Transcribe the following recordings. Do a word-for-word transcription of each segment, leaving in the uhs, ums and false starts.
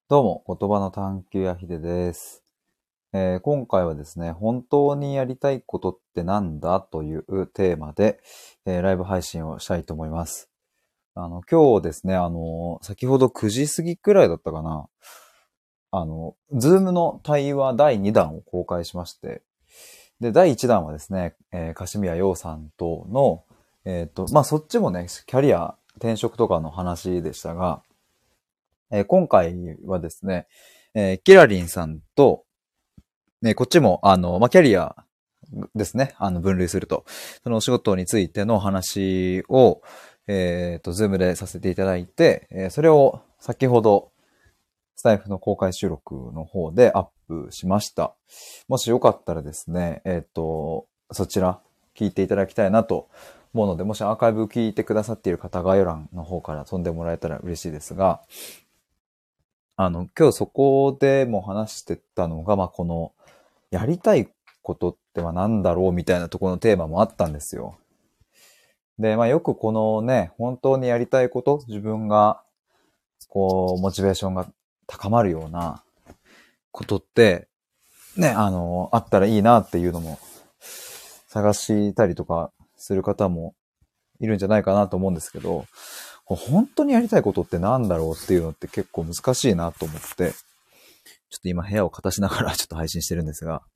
どうも、言葉の探求やひでです、えー今回はですね、本当にやりたいことってなんだというテーマで、えーライブ配信をしたいと思います。あの、今日ですね、あの、先ほどくじ過ぎくらいだったかな。あの、ズームの対話だいにだんを公開しまして、で、だいいちだんはですね、えー、かしみやようさんとの、えっと、まあ、そっちもね、キャリア、転職とかの話でしたが、えー今回はですね、えーキラリンさんと、ね、こっちも、あの、まあ、キャリアですね。あの、分類すると。そのお仕事についての話を、えっと、ズームでさせていただいて、えーそれを先ほど、スタイフの公開収録の方でアップしました。もしよかったらですね、えっと、そちら、聞いていただきたいなと思うので、もしアーカイブ聞いてくださっている方、概要欄の方から飛んでもらえたら嬉しいですが、あの、今日そこでも話してたのが、まあ、この、やりたいことっては何だろうみたいなところのテーマもあったんですよ。で、まあよくこのね、本当にやりたいこと、自分が、こう、モチベーションが高まるようなことって、ね、あの、あったらいいなっていうのも、探したりとかする方もいるんじゃないかなと思うんですけど、本当にやりたいことって何だろうっていうのって結構難しいなと思って、ちょっと今部屋を片しながらちょっと配信してるんですが、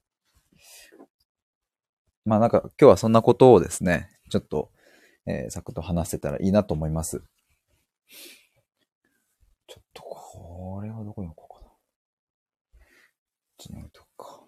まあなんか今日はそんなことをですね、ちょっと、えー、サクッと話せたらいいなと思います。ちょっとこれはどこに置こうかな。こっちに置いとくか。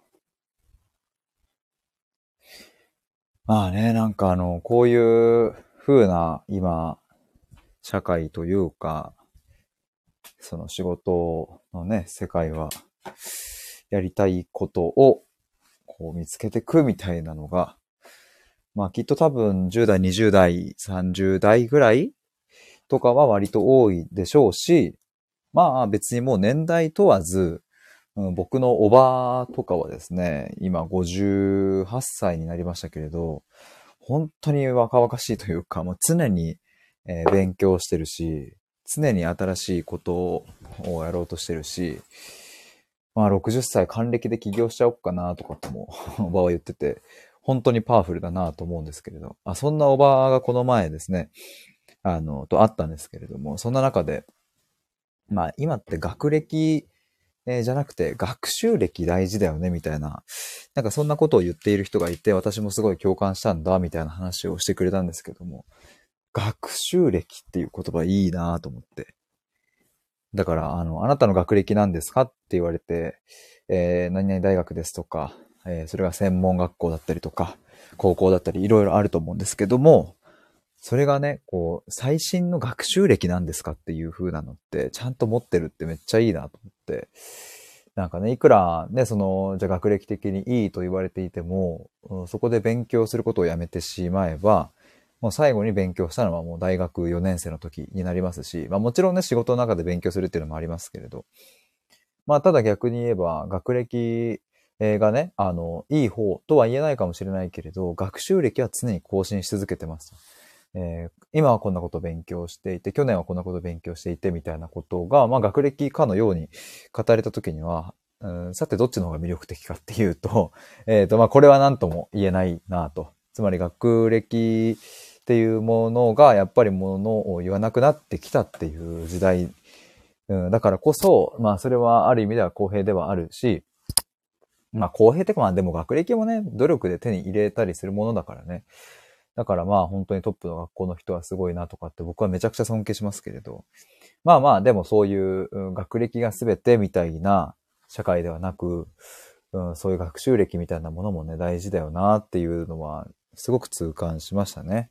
まあね、なんかあの、こういう風な今、社会というか、その仕事のね、世界は、やりたいことをこう見つけてくみたいなのが、まあきっと多分じゅう代、にじゅう代、さんじゅう代ぐらいとかは割と多いでしょうし、まあ別にもう年代問わず、うん、僕のおばとかはですね、今ごじゅうはっさいになりましたけれど、本当に若々しいというか、もう常に、えー勉強してるし、常に新しいことをやろうとしてるし、まあろくじゅっさい還暦で起業しちゃおうかなとかともおばは言ってて、本当にパワフルだなと思うんですけれど、あ、そんなおばがこの前ですね、あの、と会ったんですけれども、そんな中で、まあ今って学歴、えーじゃなくて学習歴大事だよねみたいな、なんかそんなことを言っている人がいて、私もすごい共感したんだみたいな話をしてくれたんですけども、学習歴っていう言葉いいなと思って。だから、あの、あなたの学歴なんですかって言われて、えー、何々大学ですとか、えーそれが専門学校だったりとか、高校だったりいろいろあると思うんですけども、それがね、こう、最新の学習歴なんですかっていう風なのって、ちゃんと持ってるってめっちゃいいなと思って。なんかね、いくらね、その、じゃあ学歴的にいいと言われていても、うんそこで勉強することをやめてしまえば、もう最後に勉強したのはもう大学よねん生の時になりますし、まあもちろんね、仕事の中で勉強するっていうのもありますけれど、まあただ逆に言えば、学歴えーがね、あの、いい方とは言えないかもしれないけれど、学習歴は常に更新し続けてます。えー今はこんなことを勉強していて、去年はこんなことを勉強していて、みたいなことが、まあ学歴かのように語れたときには、うん、さてどっちの方が魅力的かっていうと、えっと、まあこれは何とも言えないなと。つまり学歴っていうものがやっぱりものを言わなくなってきたっていう時代、うん、だからこそ、まあそれはある意味では公平ではあるし、まあ公平ってかまあでも学歴もね、努力で手に入れたりするものだからね。だからまあ本当にトップの学校の人はすごいなとかって僕はめちゃくちゃ尊敬しますけれど。まあまあでもそういううん学歴が全てみたいな社会ではなく、うん、そういう学習歴みたいなものもね大事だよなっていうのはすごく痛感しましたね。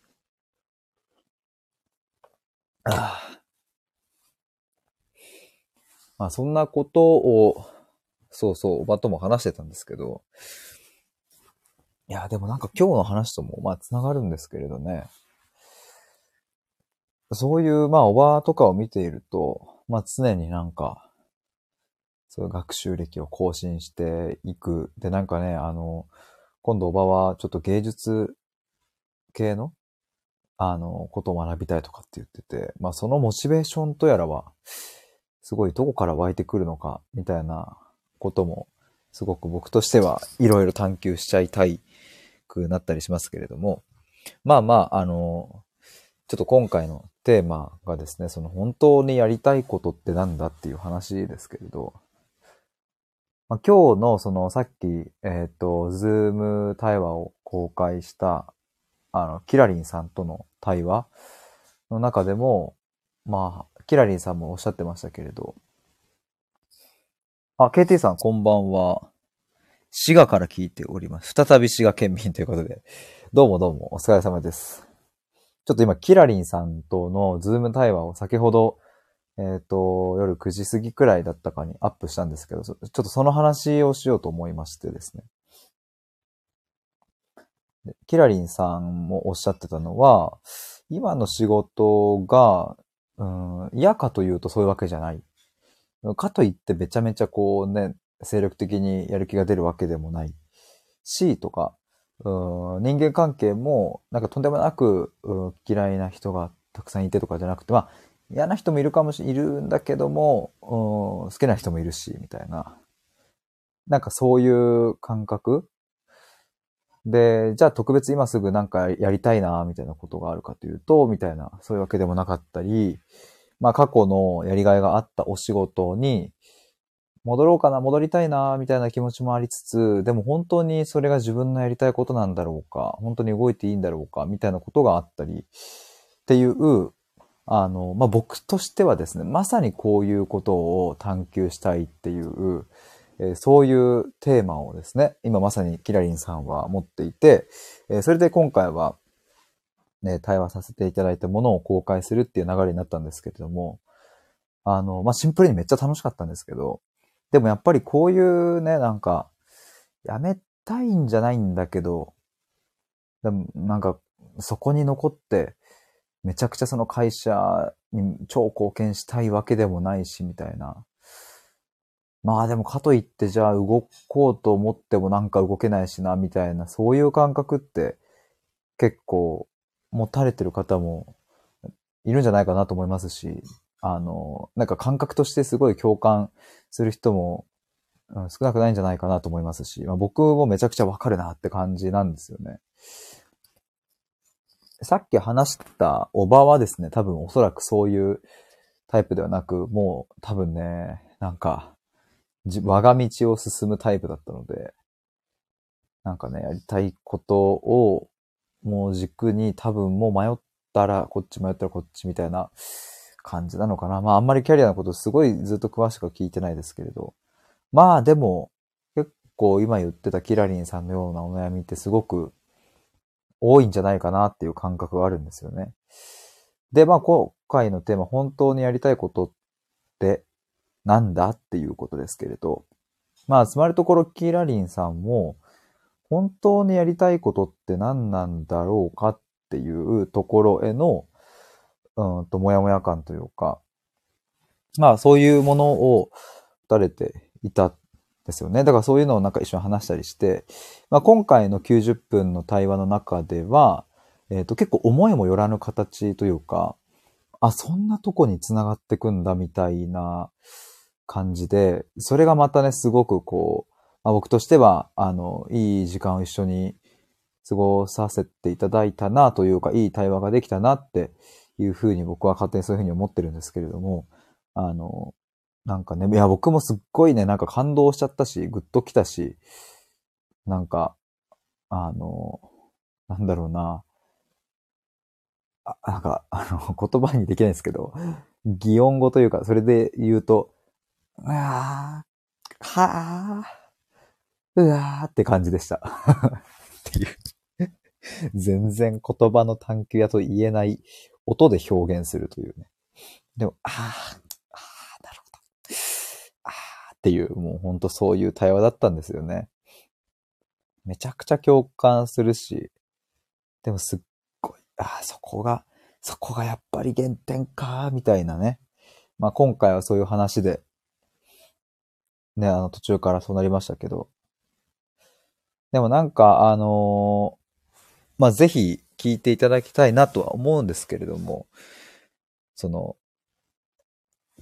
あまあそんなことを、そうそう、おばとも話してたんですけど、いやでもなんか今日の話ともまあ繋がるんですけれどね。そういうまあおばとかを見ていると、まあ常になんかそういう学習歴を更新していく。で、なんかね、あの、今度おばはちょっと芸術系の、あの、ことを学びたいとかって言ってて、まあそのモチベーションとやらは、 すごいどこから湧いてくるのか、みたいなことも、すごく僕としてはいろいろ探求しちゃいたいくなったりしますけれども、まあまあ、あの、ちょっと今回のテーマがですね、その本当にやりたいことってなんだっていう話ですけれど、まあ、今日のそのさっき、えっと、ズーム対話を公開した、あの、キラリンさんとの対話の中でも、まあ、キラリンさんもおっしゃってましたけれど、あ、ケーティー さんこんばんは。滋賀から聞いております。再び滋賀県民ということで、どうもどうもお疲れ様です。ちょっと今、キラリンさんとのズーム対話を先ほど、えっと、夜くじ過ぎくらいだったかにアップしたんですけど、ちょっとその話をしようと思いましてですね。でキラリンさんもおっしゃってたのは、今の仕事が、うん、嫌かというとそういうわけじゃない。かといってめちゃめちゃこうね、精力的にやる気が出るわけでもないし、とか、うん、人間関係もなんかとんでもなく、うん、嫌いな人がたくさんいてとかじゃなくて、まあ、嫌な人もいるかもしれ、いるんだけども、うん、好きな人もいるし、みたいな。なんかそういう感覚で、じゃあ特別今すぐなんかやりたいな、みたいなことがあるかというと、みたいな、そういうわけでもなかったり、まあ過去のやりがいがあったお仕事に戻ろうかな、戻りたいな、みたいな気持ちもありつつ、でも本当にそれが自分のやりたいことなんだろうか、本当に動いていいんだろうか、みたいなことがあったり、っていう、あの、まあ僕としてはですね、まさにこういうことを探求したいっていう、えーそういうテーマをですね、今まさにキラリンさんは持っていて、えーそれで今回は、ね、対話させていただいたものを公開するっていう流れになったんですけれども、あの、まあ、シンプルにめっちゃ楽しかったんですけど、でもやっぱりこういうね、なんか、やめたいんじゃないんだけど、でもなんか、そこに残って、めちゃくちゃその会社に超貢献したいわけでもないし、みたいな。まあでもかといってじゃあ動こうと思ってもなんか動けないしな、みたいな、そういう感覚って結構持たれてる方もいるんじゃないかなと思いますし、あの、なんか感覚としてすごい共感する人も、うん、少なくないんじゃないかなと思いますし、まあ、僕もめちゃくちゃわかるなって感じなんですよね。さっき話したおばはですね、多分おそらくそういうタイプではなく、もう多分ね、なんか、じ我が道を進むタイプだったので、なんかね、やりたいことをもう軸に多分もう迷ったらこっち迷ったらこっちみたいな感じなのかな。まああんまりキャリアのことすごいずっと詳しくは聞いてないですけれど。まあでも結構今言ってたキラリンさんのようなお悩みってすごく多いんじゃないかなっていう感覚があるんですよね。で、まあ今回のテーマ、本当にやりたいことってなんだっていうことですけれど。まあつまるところキラリンさんも本当にやりたいことって何なんだろうかっていうところへの、うんと、もやもや感というか、まあそういうものを打たれていたんですよね。だからそういうのをなんか一緒に話したりして、まあ今回のきゅうじゅっぷんの対話の中では、えっと結構思いもよらぬ形というか、あ、そんなとこに繋がってくんだみたいな感じで、それがまたね、すごくこう、まあ、僕としては、あの、いい時間を一緒に過ごさせていただいたなというか、いい対話ができたなっていうふうに僕は勝手にそういうふうに思ってるんですけれども、あの、なんかね、いや、僕もすっごいね、なんか感動しちゃったし、ぐっときたし、なんか、あの、なんだろうな、あ、なんか、あの、言葉にできないんですけど、擬音語というか、それで言うと、うわー、はー、うわーって感じでした。っていう。全然言葉の探求やと言えない音で表現するというね。でも、あー、あー、なるほど。あーっていう、もうほんとそういう対話だったんですよね。めちゃくちゃ共感するし、でもすっごい、あー、そこが、そこがやっぱり原点かー、みたいなね。まあ今回はそういう話で、ね、あの途中からそうなりましたけど、でもなんか、あのーまあぜひ聞いていただきたいなとは思うんですけれども、その、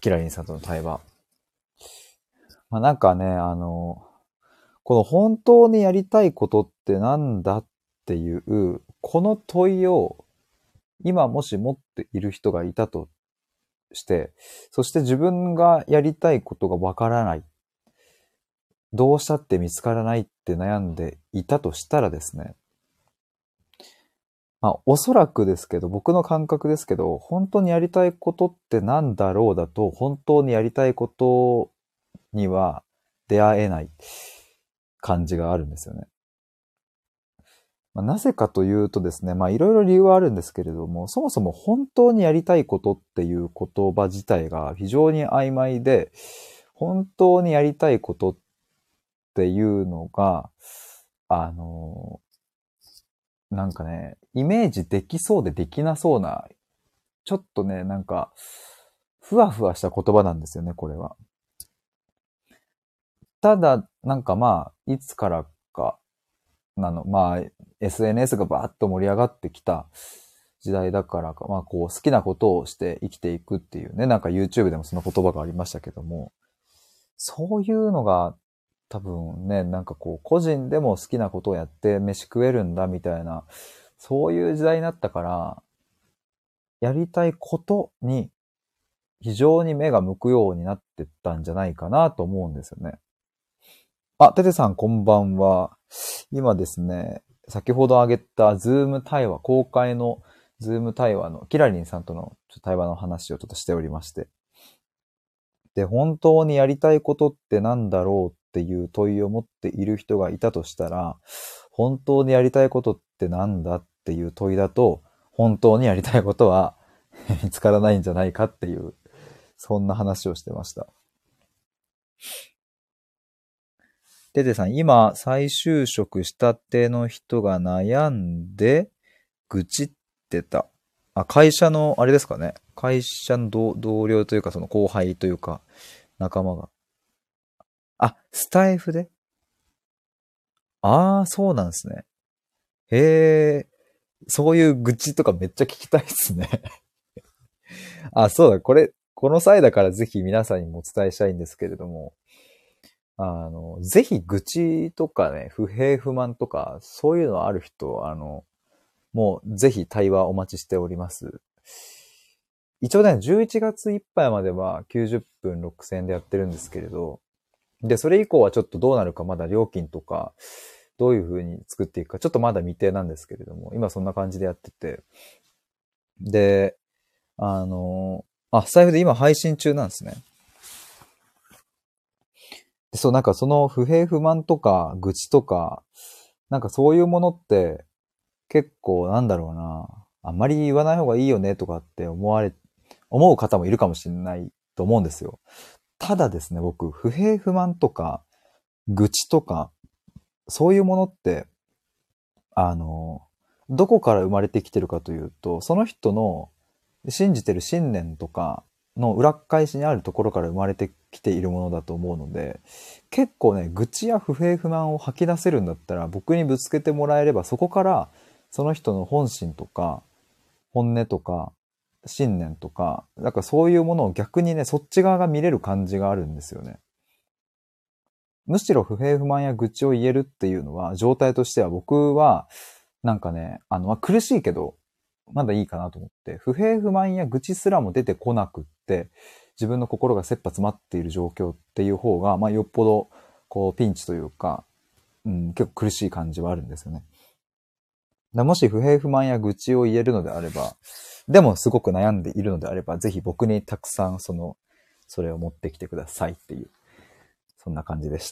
キラリンさんとの対話。まあなんかね、あの、この本当にやりたいことってなんだっていう、この問いを今もし持っている人がいたとして、そして自分がやりたいことがわからない。どうしたって見つからないって悩んでいたとしたらですね、まあおそらくですけど、僕の感覚ですけど、本当にやりたいことってなんだろうだと、本当にやりたいことには出会えない感じがあるんですよね。まあ、なぜかというとですね、まあいろいろ理由はあるんですけれども、そもそも本当にやりたいことっていう言葉自体が非常に曖昧で、本当にやりたいことっていうのが、あの、なんかね、イメージできそうでできなそうな、ちょっとね、なんか、ふわふわした言葉なんですよね、これは。ただ、なんかまあ、いつからか、なの、まあ、エスエヌエス がバーッと盛り上がってきた時代だからか、まあ、こう、好きなことをして生きていくっていうね、なんか YouTube でもその言葉がありましたけども、そういうのが多分ね、なんかこう、個人でも好きなことをやって飯食えるんだみたいな、そういう時代になったから、やりたいことに非常に目が向くようになってったんじゃないかなと思うんですよね。あ、ててさんこんばんは。今ですね、先ほど挙げたズーム対話、公開のズーム対話のキラリンさんとの対話の話をちょっとしておりまして。で、本当にやりたいことってなんだろうっていう問いを持っている人がいたとしたら、本当にやりたいことってなんだっていう問いだと、本当にやりたいことは見つからないんじゃないかっていう、そんな話をしてました。ててさん、今、再就職したての人が悩んで、愚痴ってた。あ、会社の、あれですかね。会社の同同僚というか、その後輩というか、仲間が。あ、スタイフで。ああ、そうなんですね。へえ、そういう愚痴とかめっちゃ聞きたいですね。あ、そうだ、これ、この際だからぜひ皆さんにもお伝えしたいんですけれども、あの、ぜひ愚痴とかね、不平不満とか、そういうのある人、あの、もうぜひ対話お待ちしております。一応ね、じゅういちがついっぱいまではきゅうじゅっぷんろくせんえんでやってるんですけれど、で、それ以降はちょっとどうなるかまだ料金とか、どういう風に作っていくか、ちょっとまだ未定なんですけれども、今そんな感じでやってて、で、あの、あ、スタイフで今配信中なんですね。で、そう、なんかその不平不満とか愚痴とか、なんかそういうものって結構なんだろうな、あんまり言わない方がいいよねとかって思われ、思う方もいるかもしれないと思うんですよ。ただですね、僕、不平不満とか愚痴とか、そういうものって、あの、どこから生まれてきてるかというと、その人の信じてる信念とかの裏返しにあるところから生まれてきているものだと思うので、結構ね、愚痴や不平不満を吐き出せるんだったら、僕にぶつけてもらえれば、そこからその人の本心とか、本音とか、信念とか、なんかそういうものを逆にね、そっち側が見れる感じがあるんですよね。むしろ不平不満や愚痴を言えるっていうのは、状態としては僕は、なんかね、あの、まあ、苦しいけど、まだいいかなと思って、不平不満や愚痴すらも出てこなくって、自分の心が切羽詰まっている状況っていう方が、まあ、よっぽど、こう、ピンチというか、うん、結構苦しい感じはあるんですよね。だもし不平不満や愚痴を言えるのであれば、でもすごく悩んでいるのであれば、ぜひ僕にたくさんその、それを持ってきてくださいっていう、そんな感じでした。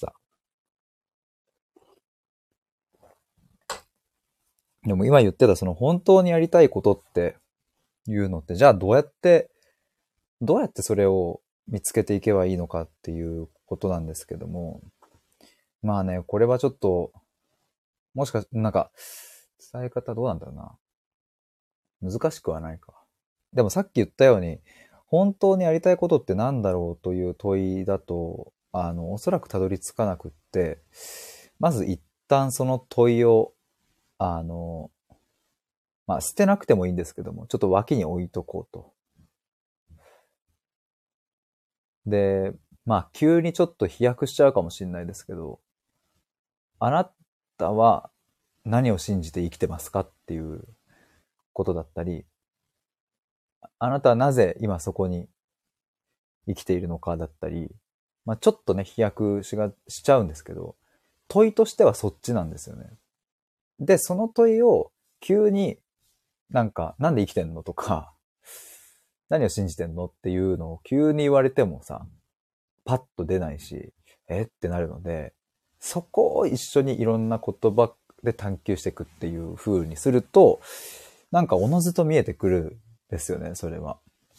でも今言ってたその本当にやりたいことっていうのって、じゃあどうやって、どうやってそれを見つけていけばいいのかっていうことなんですけども、まあね、これはちょっと、もしかし、なんか、伝え方どうなんだろうな。難しくはないか。でもさっき言ったように、本当にやりたいことって何だろうという問いだと、あの、おそらくたどり着かなくって、まず一旦その問いを、あの、まあ、捨てなくてもいいんですけども、ちょっと脇に置いとこうと。 で、まあ、急にちょっと飛躍しちゃうかもしれないですけど、あなたは何を信じて生きてますかっていうことだったり、あなたはなぜ今そこに生きているのかだったり、まあ、ちょっとね、飛躍しが、しちゃうんですけど、問いとしてはそっちなんですよね。で、その問いを急になんか、なんで生きてんのとか、何を信じてんのっていうのを急に言われてもさ、パッと出ないし、えってなるので、そこを一緒にいろんな言葉で探求していくっていう風にすると、なんかおのずと見えてくるんですよね、それは。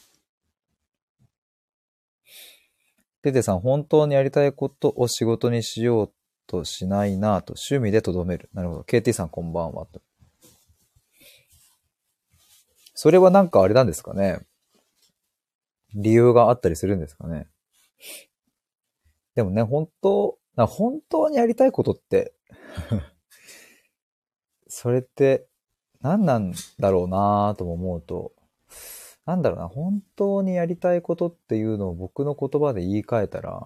テテさん、本当にやりたいことを仕事にしようとしないなぁと、趣味でとどめる。なるほど。ケーティー さんこんばんはと。それはなんかあれなんですかね。理由があったりするんですかね。でもね、本当、な本当にやりたいことって、それって何なんだろうなぁとも思うと、なんだろうな、本当にやりたいことっていうのを僕の言葉で言い換えたら、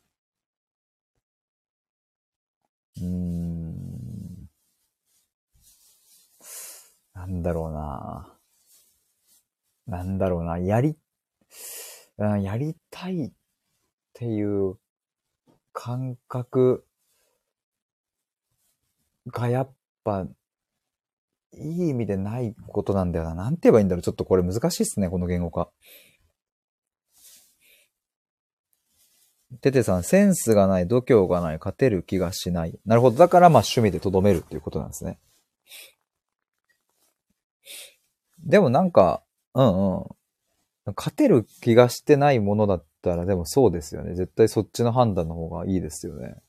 うーん、なんだろうな。なんだろうな。やり、うん、やりたいっていう感覚がやっぱいい意味でないことなんだよな。なんて言えばいいんだろう。ちょっとこれ難しいっすね、この言語化。テテさん、センスがない、度胸がない、勝てる気がしない。なるほど。だからまあ趣味でとどめるっていうことなんですね。でもなんか、うんうん。勝てる気がしてないものだったら、でもそうですよね。絶対そっちの判断の方がいいですよね。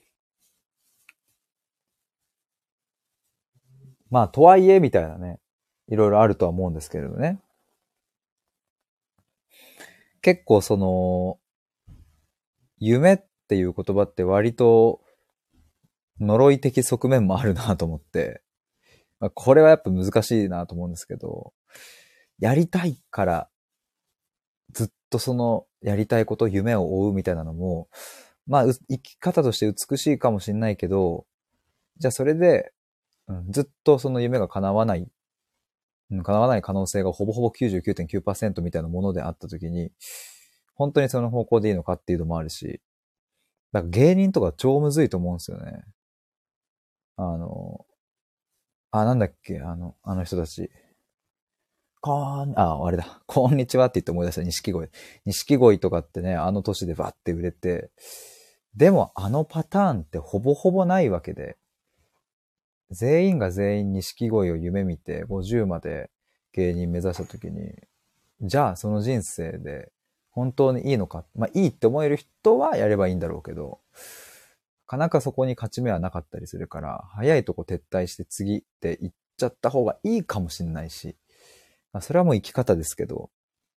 まあ、とはいえ、みたいなね。いろいろあるとは思うんですけれどね。結構その、夢っていう言葉って割と呪い的側面もあるなと思って、まあ、これはやっぱ難しいなと思うんですけど、やりたいからずっとそのやりたいこと、夢を追うみたいなのも、まあ、生き方として美しいかもしれないけど、じゃあそれで、うん、ずっとその夢が叶わない、うん、叶わない可能性がほぼほぼきゅうじゅうきゅうてんきゅうパーセントみたいなものであったときに、本当にその方向でいいのかっていうのもあるし、だから芸人とか超むずいと思うんですよね。あの、あ、なんだっけ、あの、あの人たち。こーん、あ、あれだ。こんにちはって言って思い出した。錦鯉。錦鯉とかってね、あの年でバッて売れて、でもあのパターンってほぼほぼないわけで、全員が全員錦鯉を夢見てごじゅうまで芸人目指した時に、じゃあその人生で本当にいいのか。まあいいって思える人はやればいいんだろうけど、なかなかそこに勝ち目はなかったりするから、早いとこ撤退して次って言っちゃった方がいいかもしれないし、まあ、それはもう生き方ですけど、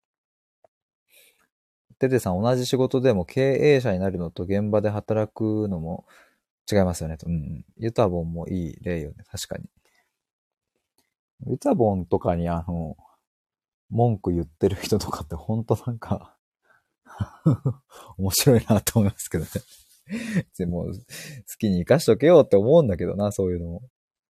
テテさん同じ仕事でも経営者になるのと現場で働くのも違いますよねと。うんうん。ユタボンもいい例よね。確かに。ユタボンとかにあの、文句言ってる人とかってほんとなんか面白いなと思いますけどね。でも、好きに生かしとけよって思うんだけどな、そういうのも。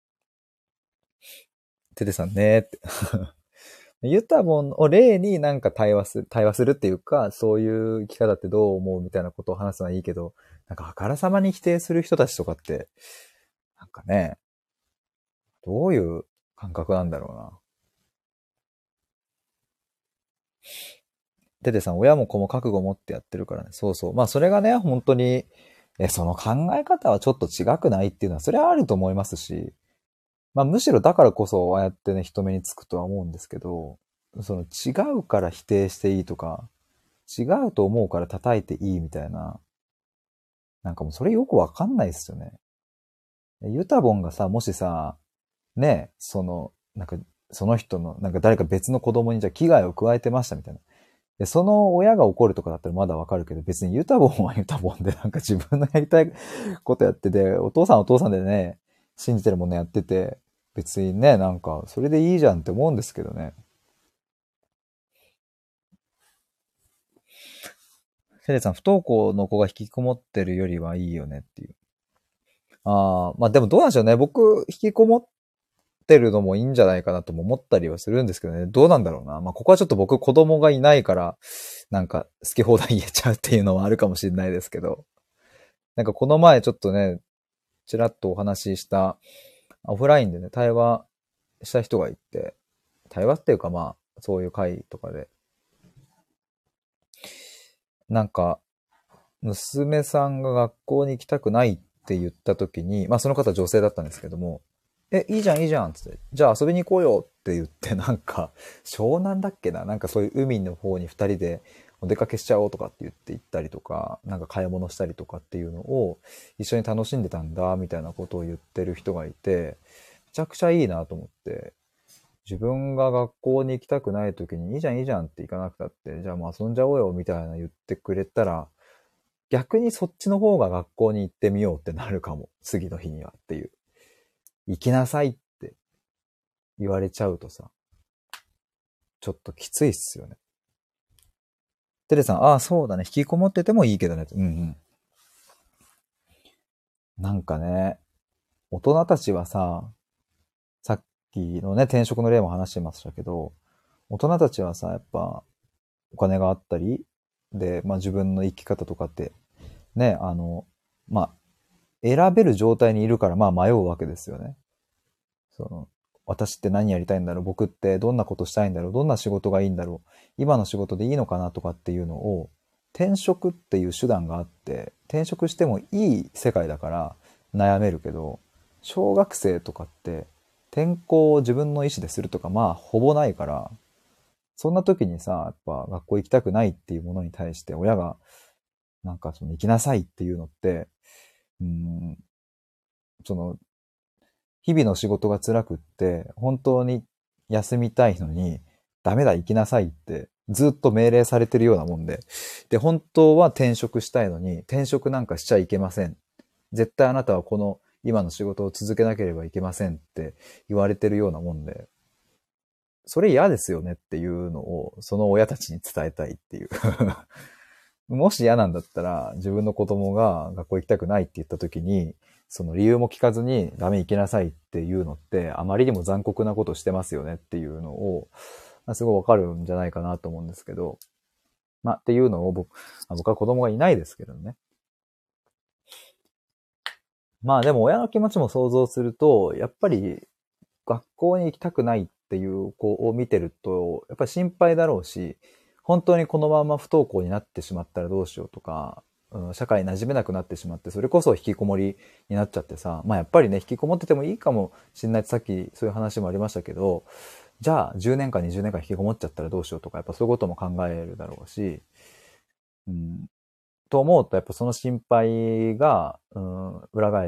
テテさんねーって。ユタボンを例になんか対話する、対話するっていうか、そういう生き方ってどう思うみたいなことを話すのはいいけど、なんかあからさまに否定する人たちとかって、なんかね、どういう感覚なんだろうな。テテさん、親も子も覚悟を持ってやってるからね。そうそう。まあそれがね、本当に、え、その考え方はちょっと違くないっていうのは、それはあると思いますし、まあむしろだからこそ、ああやってね、人目につくとは思うんですけど、その違うから否定していいとか、違うと思うから叩いていいみたいな、なんかもうそれよくわかんないですよね。ユタボンがさ、もしさ、ね、その、なんか、その人の、なんか誰か別の子供にじゃあ危害を加えてましたみたいな。で、その親が怒るとかだったらまだわかるけど、別にユタボンはユタボンでなんか自分のやりたいことやってて、お父さんはお父さんでね、信じてるものやってて、別にね、なんか、それでいいじゃんって思うんですけどね。 セレさん、不登校の子が引きこもってるよりはいいよねっていう。ああ、まあでもどうなんでしょうね。僕、引きこもってるのもいいんじゃないかなとも思ったりはするんですけどね。どうなんだろうな。まあここはちょっと僕子供がいないから、なんか好き放題言えちゃうっていうのはあるかもしれないですけど。なんかこの前ちょっとね、ちらっとお話しした、オフラインでね、対話した人がいて、対話っていうかまあ、そういう会とかで、なんか、娘さんが学校に行きたくないって言った時に、まあその方女性だったんですけども、え、いいじゃんいいじゃんっつって、じゃあ遊びに行こうよって言って、なんか、湘南だっけな、なんかそういう海の方に二人でお出かけしちゃおうとかって言って行ったりとか、なんか買い物したりとかっていうのを一緒に楽しんでたんだ、みたいなことを言ってる人がいて、めちゃくちゃいいなと思って、自分が学校に行きたくない時に、いいじゃんいいじゃんって行かなくたって、じゃあもう遊んじゃおうよみたいな言ってくれたら、逆にそっちの方が学校に行ってみようってなるかも。次の日にはっていう。行きなさいって言われちゃうとさ、ちょっときついっすよね。テレさん、ああ、そうだね。引きこもっててもいいけどね。うんうん。なんかね、大人たちはさ、さっきのね、転職の例も話してましたけど、大人たちはさ、やっぱお金があったり、で、まあ自分の生き方とかって、ね、あの、まあ、選べる状態にいるから、まあ迷うわけですよね。その、私って何やりたいんだろう、僕ってどんなことしたいんだろう、どんな仕事がいいんだろう、今の仕事でいいのかなとかっていうのを、転職っていう手段があって、転職してもいい世界だから悩めるけど、小学生とかって転校を自分の意思でするとかまあほぼないから、そんな時にさ、やっぱ学校行きたくないっていうものに対して親がなんかその行きなさいっていうのって、うーん、その日々の仕事が辛くって、本当に休みたいのに、ダメだ、行きなさいって、ずっと命令されてるようなもんで。で、本当は転職したいのに、転職なんかしちゃいけません。絶対あなたはこの今の仕事を続けなければいけませんって言われてるようなもんで、それ嫌ですよねっていうのを、その親たちに伝えたいっていう。もし嫌なんだったら、自分の子供が学校行きたくないって言った時に、その理由も聞かずにダメ行きなさいっていうのって、あまりにも残酷なことしてますよねっていうのを、すごいわかるんじゃないかなと思うんですけど、まあっていうのを僕、僕は子供がいないですけどね。まあでも親の気持ちも想像すると、やっぱり学校に行きたくないっていう子を見てると、やっぱり心配だろうし、本当にこのまま不登校になってしまったらどうしようとか、うん、社会に馴染めなくなってしまって、それこそ引きこもりになっちゃってさ、まあやっぱりね、引きこもっててもいいかもしんないってさっきそういう話もありましたけど、じゃあじゅうねんかんにじゅうねんかん引きこもっちゃったらどうしようとか、やっぱそういうことも考えるだろうし、うん、と思うと、やっぱその心配が、うん、裏返って、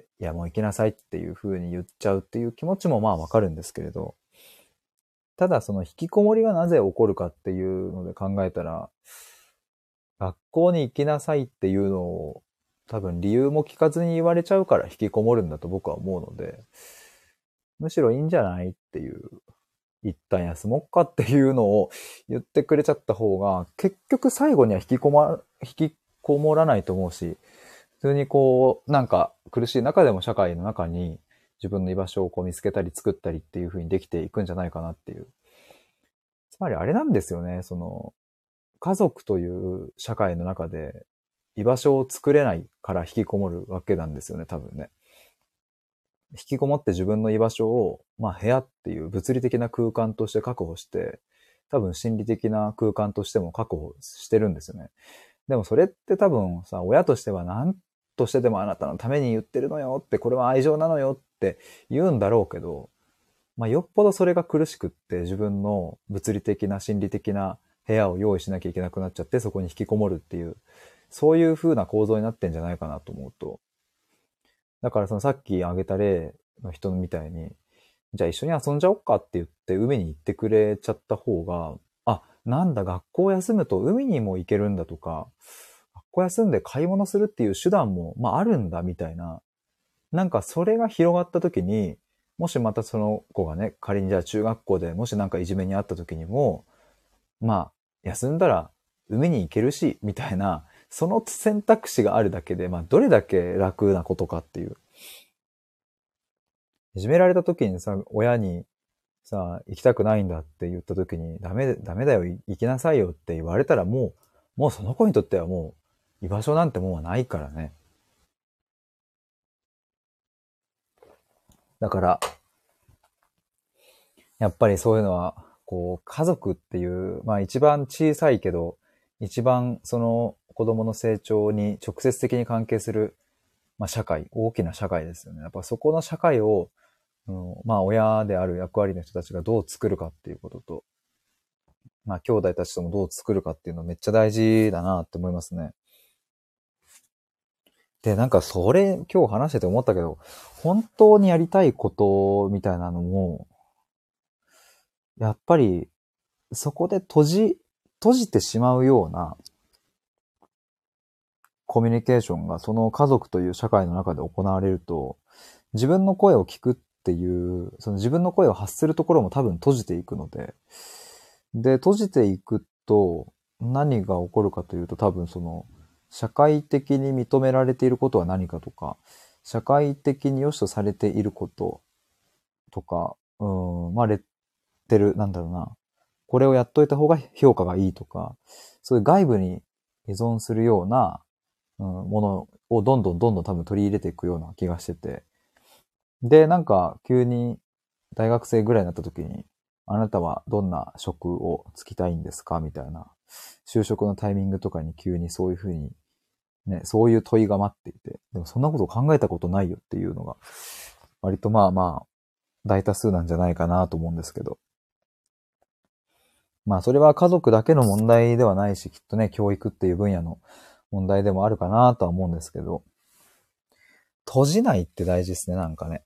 いやもう行きなさいっていう風に言っちゃうっていう気持ちもまあわかるんですけれど、ただその引きこもりがなぜ起こるかっていうので考えたら、学校に行きなさいっていうのを多分理由も聞かずに言われちゃうから引きこもるんだと僕は思うので、むしろいいんじゃないっていう、一旦休もうかっていうのを言ってくれちゃった方が、結局最後には引きこま、引きこもらないと思うし、普通にこう、なんか苦しい中でも社会の中に自分の居場所をこう見つけたり作ったりっていう風にできていくんじゃないかなっていう。つまりあれなんですよね、その、家族という社会の中で居場所を作れないから引きこもるわけなんですよね、多分ね。引きこもって自分の居場所を、まあ部屋っていう物理的な空間として確保して、多分心理的な空間としても確保してるんですよね。でもそれって多分さ、親としては何としてでもあなたのために言ってるのよって、これは愛情なのよって言うんだろうけど、まあよっぽどそれが苦しくって自分の物理的な心理的な部屋を用意しなきゃいけなくなっちゃってそこに引きこもるっていう、そういう風な構造になってんじゃないかなと思うと。だからそのさっき挙げた例の人みたいに、じゃあ一緒に遊んじゃおっかって言って海に行ってくれちゃった方が、あ、なんだ学校休むと海にも行けるんだとか、学校休んで買い物するっていう手段も、まああるんだみたいな。なんかそれが広がった時に、もしまたその子がね、仮にじゃあ中学校でもしなんかいじめにあった時にも、まあ、休んだら海に行けるし、みたいな、その選択肢があるだけで、まあ、どれだけ楽なことかっていう。いじめられた時にさ、親にさ、行きたくないんだって言った時に、ダメ、ダメだよ、行きなさいよって言われたらもう、もうその子にとってはもう、居場所なんてもうないからね。だから、やっぱりそういうのは、こう、家族っていう、まあ一番小さいけど、一番その子供の成長に直接的に関係する、まあ社会、大きな社会ですよね。やっぱそこの社会を、うん、まあ親である役割の人たちがどう作るかっていうことと、まあ兄弟たちともどう作るかっていうのめっちゃ大事だなって思いますね。で、なんかそれ今日話してて思ったけど、本当にやりたいことみたいなのも、やっぱりそこで閉じ、閉じてしまうようなコミュニケーションがその家族という社会の中で行われると、自分の声を聞くっていう、その自分の声を発するところも多分閉じていくので、で、閉じていくと何が起こるかというと多分その社会的に認められていることは何かとか、社会的に良しとされていることとか、うん、まあレッテル、なんだろうな。これをやっといた方が評価がいいとか、そういう外部に依存するような、うん、ものをどんどんどんどん多分取り入れていくような気がしてて。で、なんか急に大学生ぐらいになった時に、あなたはどんな職をつきたいんですかみたいな。就職のタイミングとかに急にそういうふうに、ね、そういう問いが待っていて、でもそんなことを考えたことないよっていうのが、割とまあまあ、大多数なんじゃないかなと思うんですけど。まあそれは家族だけの問題ではないし、きっとね、教育っていう分野の問題でもあるかなとは思うんですけど、閉じないって大事ですね、なんかね。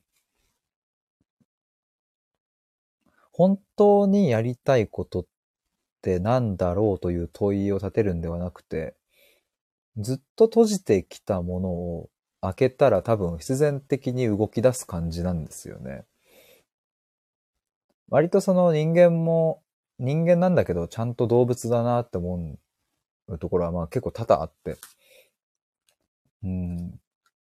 本当にやりたいことって何だろうという問いを立てるんではなくて、ずっと閉じてきたものを開けたら多分必然的に動き出す感じなんですよね。割とその人間も人間なんだけどちゃんと動物だなって思うところはまあ結構多々あって。うん。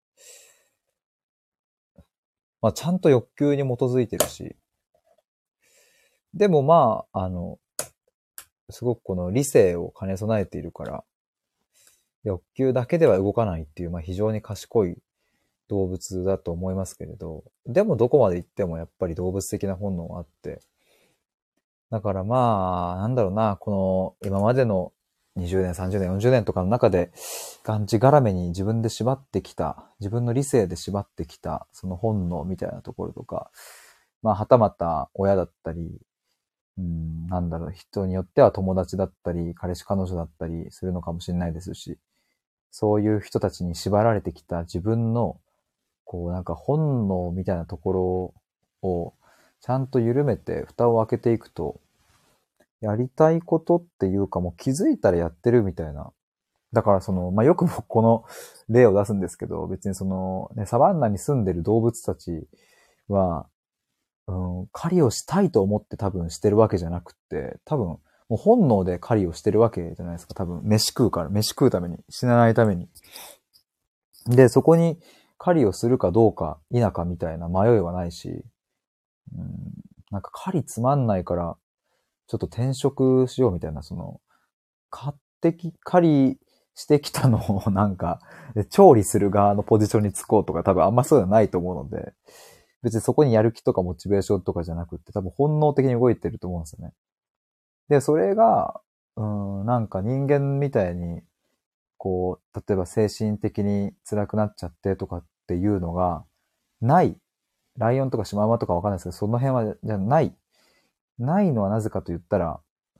まあちゃんと欲求に基づいてるし。でもまあ、あの、すごくこの理性を兼ね備えているから、欲求だけでは動かないっていう、まあ非常に賢い動物だと思いますけれど、でもどこまで行ってもやっぱり動物的な本能があって、だからまあ、なんだろうな、この今までのにじゅうねん、さんじゅうねん、よんじゅうねんとかの中で、がんじがらめに自分で縛ってきた、自分の理性で縛ってきた、その本能みたいなところとか、まあ、はたまた親だったり、うん、なんだろう、人によっては友達だったり、彼氏彼女だったりするのかもしれないですし、そういう人たちに縛られてきた自分の、こうなんか本能みたいなところを、ちゃんと緩めて蓋を開けていくと、やりたいことっていうかもう気づいたらやってるみたいな。だからその、まあ、よく僕この例を出すんですけど、別にその、ね、サバンナに住んでる動物たちは、うん、狩りをしたいと思って多分してるわけじゃなくって、多分、もう本能で狩りをしてるわけじゃないですか。多分、飯食うから、飯食うために、死なないために。で、そこに狩りをするかどうか、否かみたいな迷いはないし、うん、なんか狩りつまんないから、ちょっと転職しようみたいな、その、買ってき、狩りしてきたのをなんか、調理する側のポジションにつこうとか多分あんまそういうのないと思うので、別にそこにやる気とかモチベーションとかじゃなくって多分本能的に動いてると思うんですよね。で、それが、うん、なんか人間みたいに、こう、例えば精神的に辛くなっちゃってとかっていうのが、ない。ライオンとかシマウマとかわかんないですけど、その辺は、じゃない。ないのはなぜかと言ったら、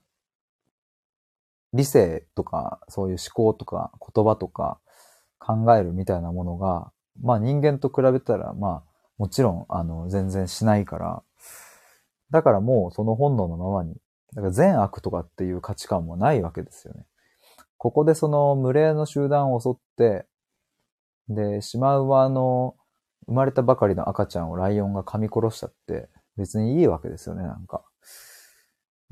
理性とか、そういう思考とか、言葉とか、考えるみたいなものが、まあ人間と比べたら、まあ、もちろん、あの、全然しないから、だからもうその本能のままに、だから善悪とかっていう価値観もないわけですよね。ここでその群れの集団を襲って、で、シマウマの生まれたばかりの赤ちゃんをライオンが噛み殺したって別にいいわけですよね、なんか。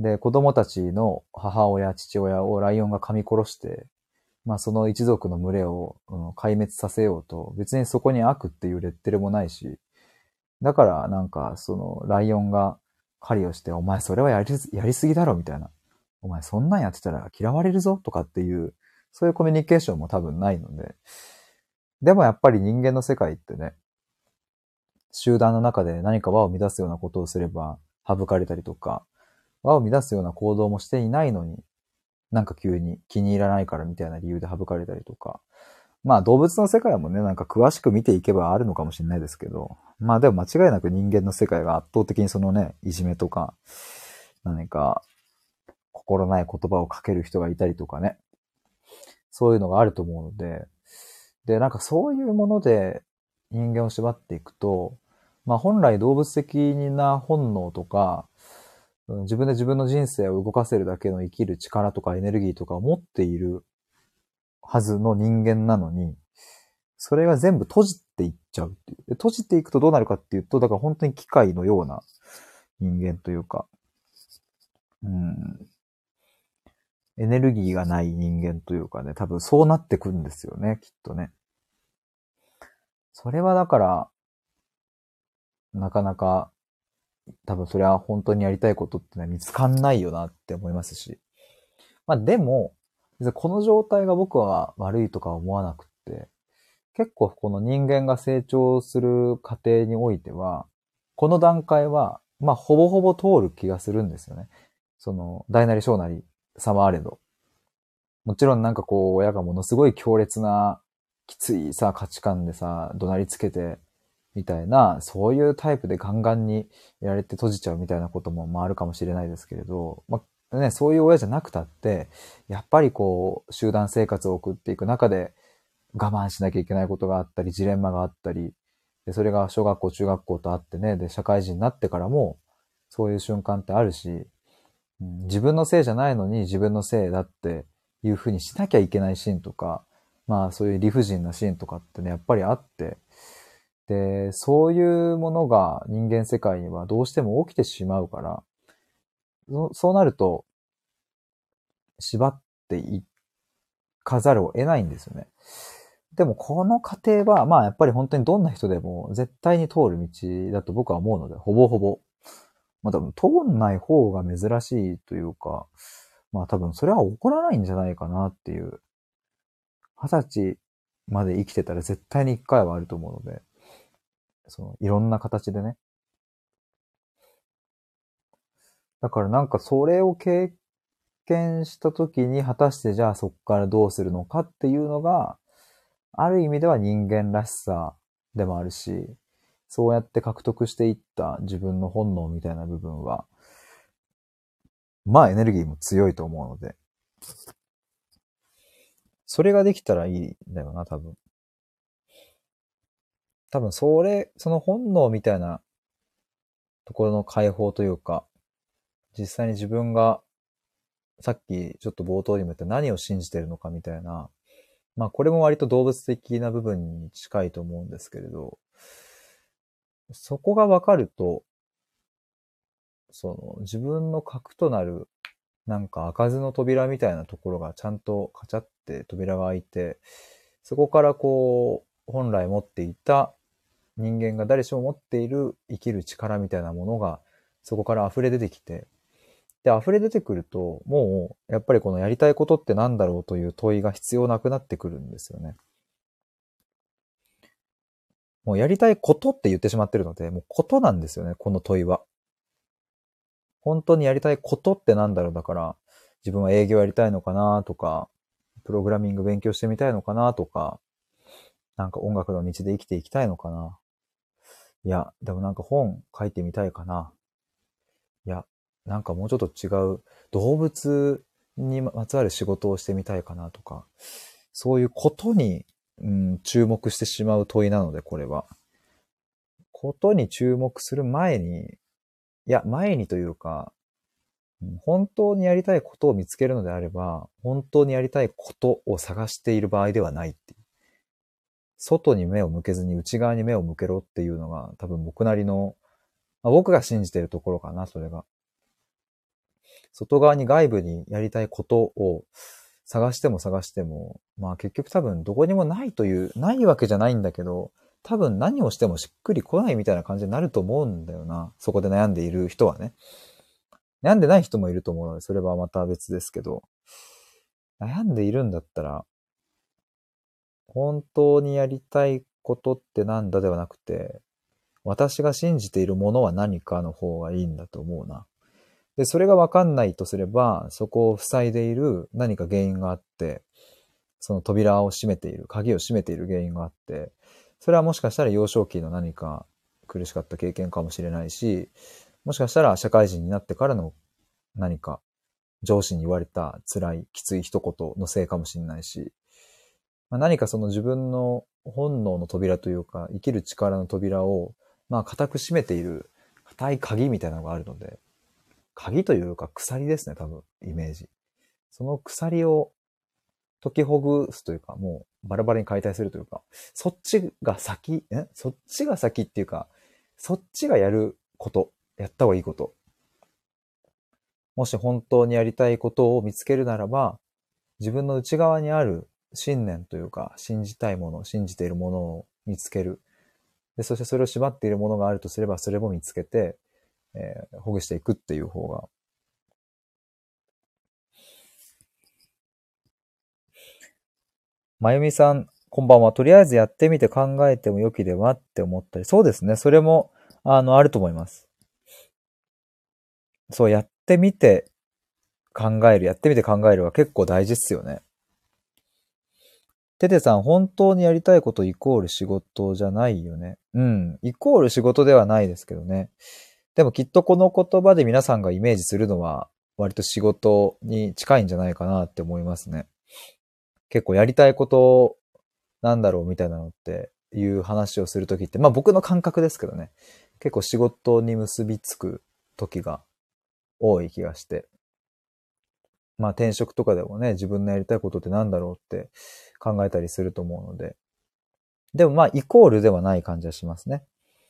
で、子供たちの母親、父親をライオンが噛み殺して、まあその一族の群れを、うん、壊滅させようと、別にそこに悪っていうレッテルもないし、だからなんかそのライオンが狩りをして、お前それはやり、やりすぎだろみたいな。お前そんなんやってたら嫌われるぞとかっていう、そういうコミュニケーションも多分ないので。でもやっぱり人間の世界ってね、集団の中で何か輪を乱すようなことをすれば省かれたりとか、輪を乱すような行動もしていないのに、なんか急に気に入らないからみたいな理由で省かれたりとか。まあ動物の世界もね、なんか詳しく見ていけばあるのかもしれないですけど、まあでも間違いなく人間の世界が圧倒的にそのね、いじめとか、何か心ない言葉をかける人がいたりとかね、そういうのがあると思うので、で、なんかそういうもので人間を縛っていくと、まあ本来動物的な本能とか、自分で自分の人生を動かせるだけの生きる力とかエネルギーとかを持っているはずの人間なのに、それが全部閉じていっちゃうっていう。で閉じていくとどうなるかっていうと、だから本当に機械のような人間というか、うん、エネルギーがない人間というかね、多分そうなってくるんですよね、きっとね。それはだから、なかなか、多分それは本当にやりたいことってのは見つかんないよなって思いますし。まあでも、この状態が僕は悪いとか思わなくって、結構この人間が成長する過程においては、この段階は、まあほぼほぼ通る気がするんですよね。その、大なり小なり、差はあれど。もちろんなんかこう、親がものすごい強烈な、きついさ、価値観でさ、怒鳴りつけて、みたいな、そういうタイプでガンガンにやられて閉じちゃうみたいなことも、まああるかもしれないですけれど、まあね、そういう親じゃなくたって、やっぱりこう、集団生活を送っていく中で、我慢しなきゃいけないことがあったり、ジレンマがあったり、で、それが小学校、中学校とあってね、で、社会人になってからも、そういう瞬間ってあるし、うん、自分のせいじゃないのに自分のせいだっていうふうにしなきゃいけないシーンとか、まあそういう理不尽なシーンとかってね、やっぱりあって、で、そういうものが人間世界にはどうしても起きてしまうから、そそうなると、縛っていかざるを得ないんですよね。でもこの過程は、まあやっぱり本当にどんな人でも絶対に通る道だと僕は思うので、ほぼほぼ。まあ多分通んない方が珍しいというか、まあ多分それは起こらないんじゃないかなっていう。二十歳まで生きてたら絶対に一回はあると思うので、そのいろんな形でね。だからなんかそれを経験した時に果たしてじゃあそこからどうするのかっていうのが、ある意味では人間らしさでもあるし、そうやって獲得していった自分の本能みたいな部分は、まあエネルギーも強いと思うので、それができたらいいんだよな、多分。多分それ、その本能みたいなところの解放というか、実際に自分がさっきちょっと冒頭にも言った何を信じてるのかみたいな、まあこれも割と動物的な部分に近いと思うんですけれど、そこがわかると、その自分の核となるなんか開かずの扉みたいなところがちゃんとカチャって扉が開いて、そこからこう本来持っていた人間が誰しも持っている生きる力みたいなものがそこから溢れ出てきて、で、溢れ出てくると、もうやっぱりこのやりたいことってなんだろうという問いが必要なくなってくるんですよね。もうやりたいことって言ってしまってるので、もうことなんですよね、この問いは。本当にやりたいことってなんだろうだから、自分は営業やりたいのかなとか、プログラミング勉強してみたいのかなとか、なんか音楽の道で生きていきたいのかな。いや、でもなんか本書いてみたいかな。いや、なんかもうちょっと違う動物にまつわる仕事をしてみたいかなとか、そういうことに、うん、注目してしまう問いなので、これは。ことに注目する前に、いや、前にというか、本当にやりたいことを見つけるのであれば、本当にやりたいことを探している場合ではないっていう。外に目を向けずに内側に目を向けろっていうのが多分僕なりの、まあ、僕が信じているところかな、それが。 外側に外部にやりたいことを探しても探しても、まあ結局多分どこにもないという、ないわけじゃないんだけど、多分何をしてもしっくりこないみたいな感じになると思うんだよな。そこで悩んでいる人はね。悩んでない人もいると思うので、それはまた別ですけど、悩んでいるんだったら、本当にやりたいことってなんだではなくて、私が信じているものは何かの方がいいんだと思うな。で、それがわかんないとすれば、そこを塞いでいる何か原因があって、その扉を閉めている、鍵を閉めている原因があって、それはもしかしたら幼少期の何か苦しかった経験かもしれないし、もしかしたら社会人になってからの何か上司に言われた辛い、きつい一言のせいかもしれないし、まあ、何かその自分の本能の扉というか、生きる力の扉を、まあ、固く閉めている、固い鍵みたいなのがあるので、鍵というか鎖ですね、多分、イメージ。その鎖を解きほぐすというか、もうバラバラに解体するというか、そっちが先、えそっちが先っていうか、そっちがやること、やった方がいいこと。もし本当にやりたいことを見つけるならば、自分の内側にある信念というか、信じたいもの、信じているものを見つける。で、そしてそれを縛っているものがあるとすれば、それも見つけて、えーほぐしていくっていう方が。まゆみさん、こんばんは。とりあえずやってみて考えてもよきではって思ったり。そうですね。それも、あの、あると思います。そう、やってみて考える。やってみて考えるは結構大事っすよね。ててさん、本当にやりたいことイコール仕事じゃないよね。うん。イコール仕事ではないですけどね。でもきっとこの言葉で皆さんがイメージするのは、割と仕事に近いんじゃないかなって思いますね。結構やりたいことなんだろうみたいなのっていう話をするときって、まあ僕の感覚ですけどね。結構仕事に結びつく時が多い気がして。まあ転職とかでもね、自分のやりたいことってなんだろうって考えたりすると思うので。でもまあイコールではない感じはしますね。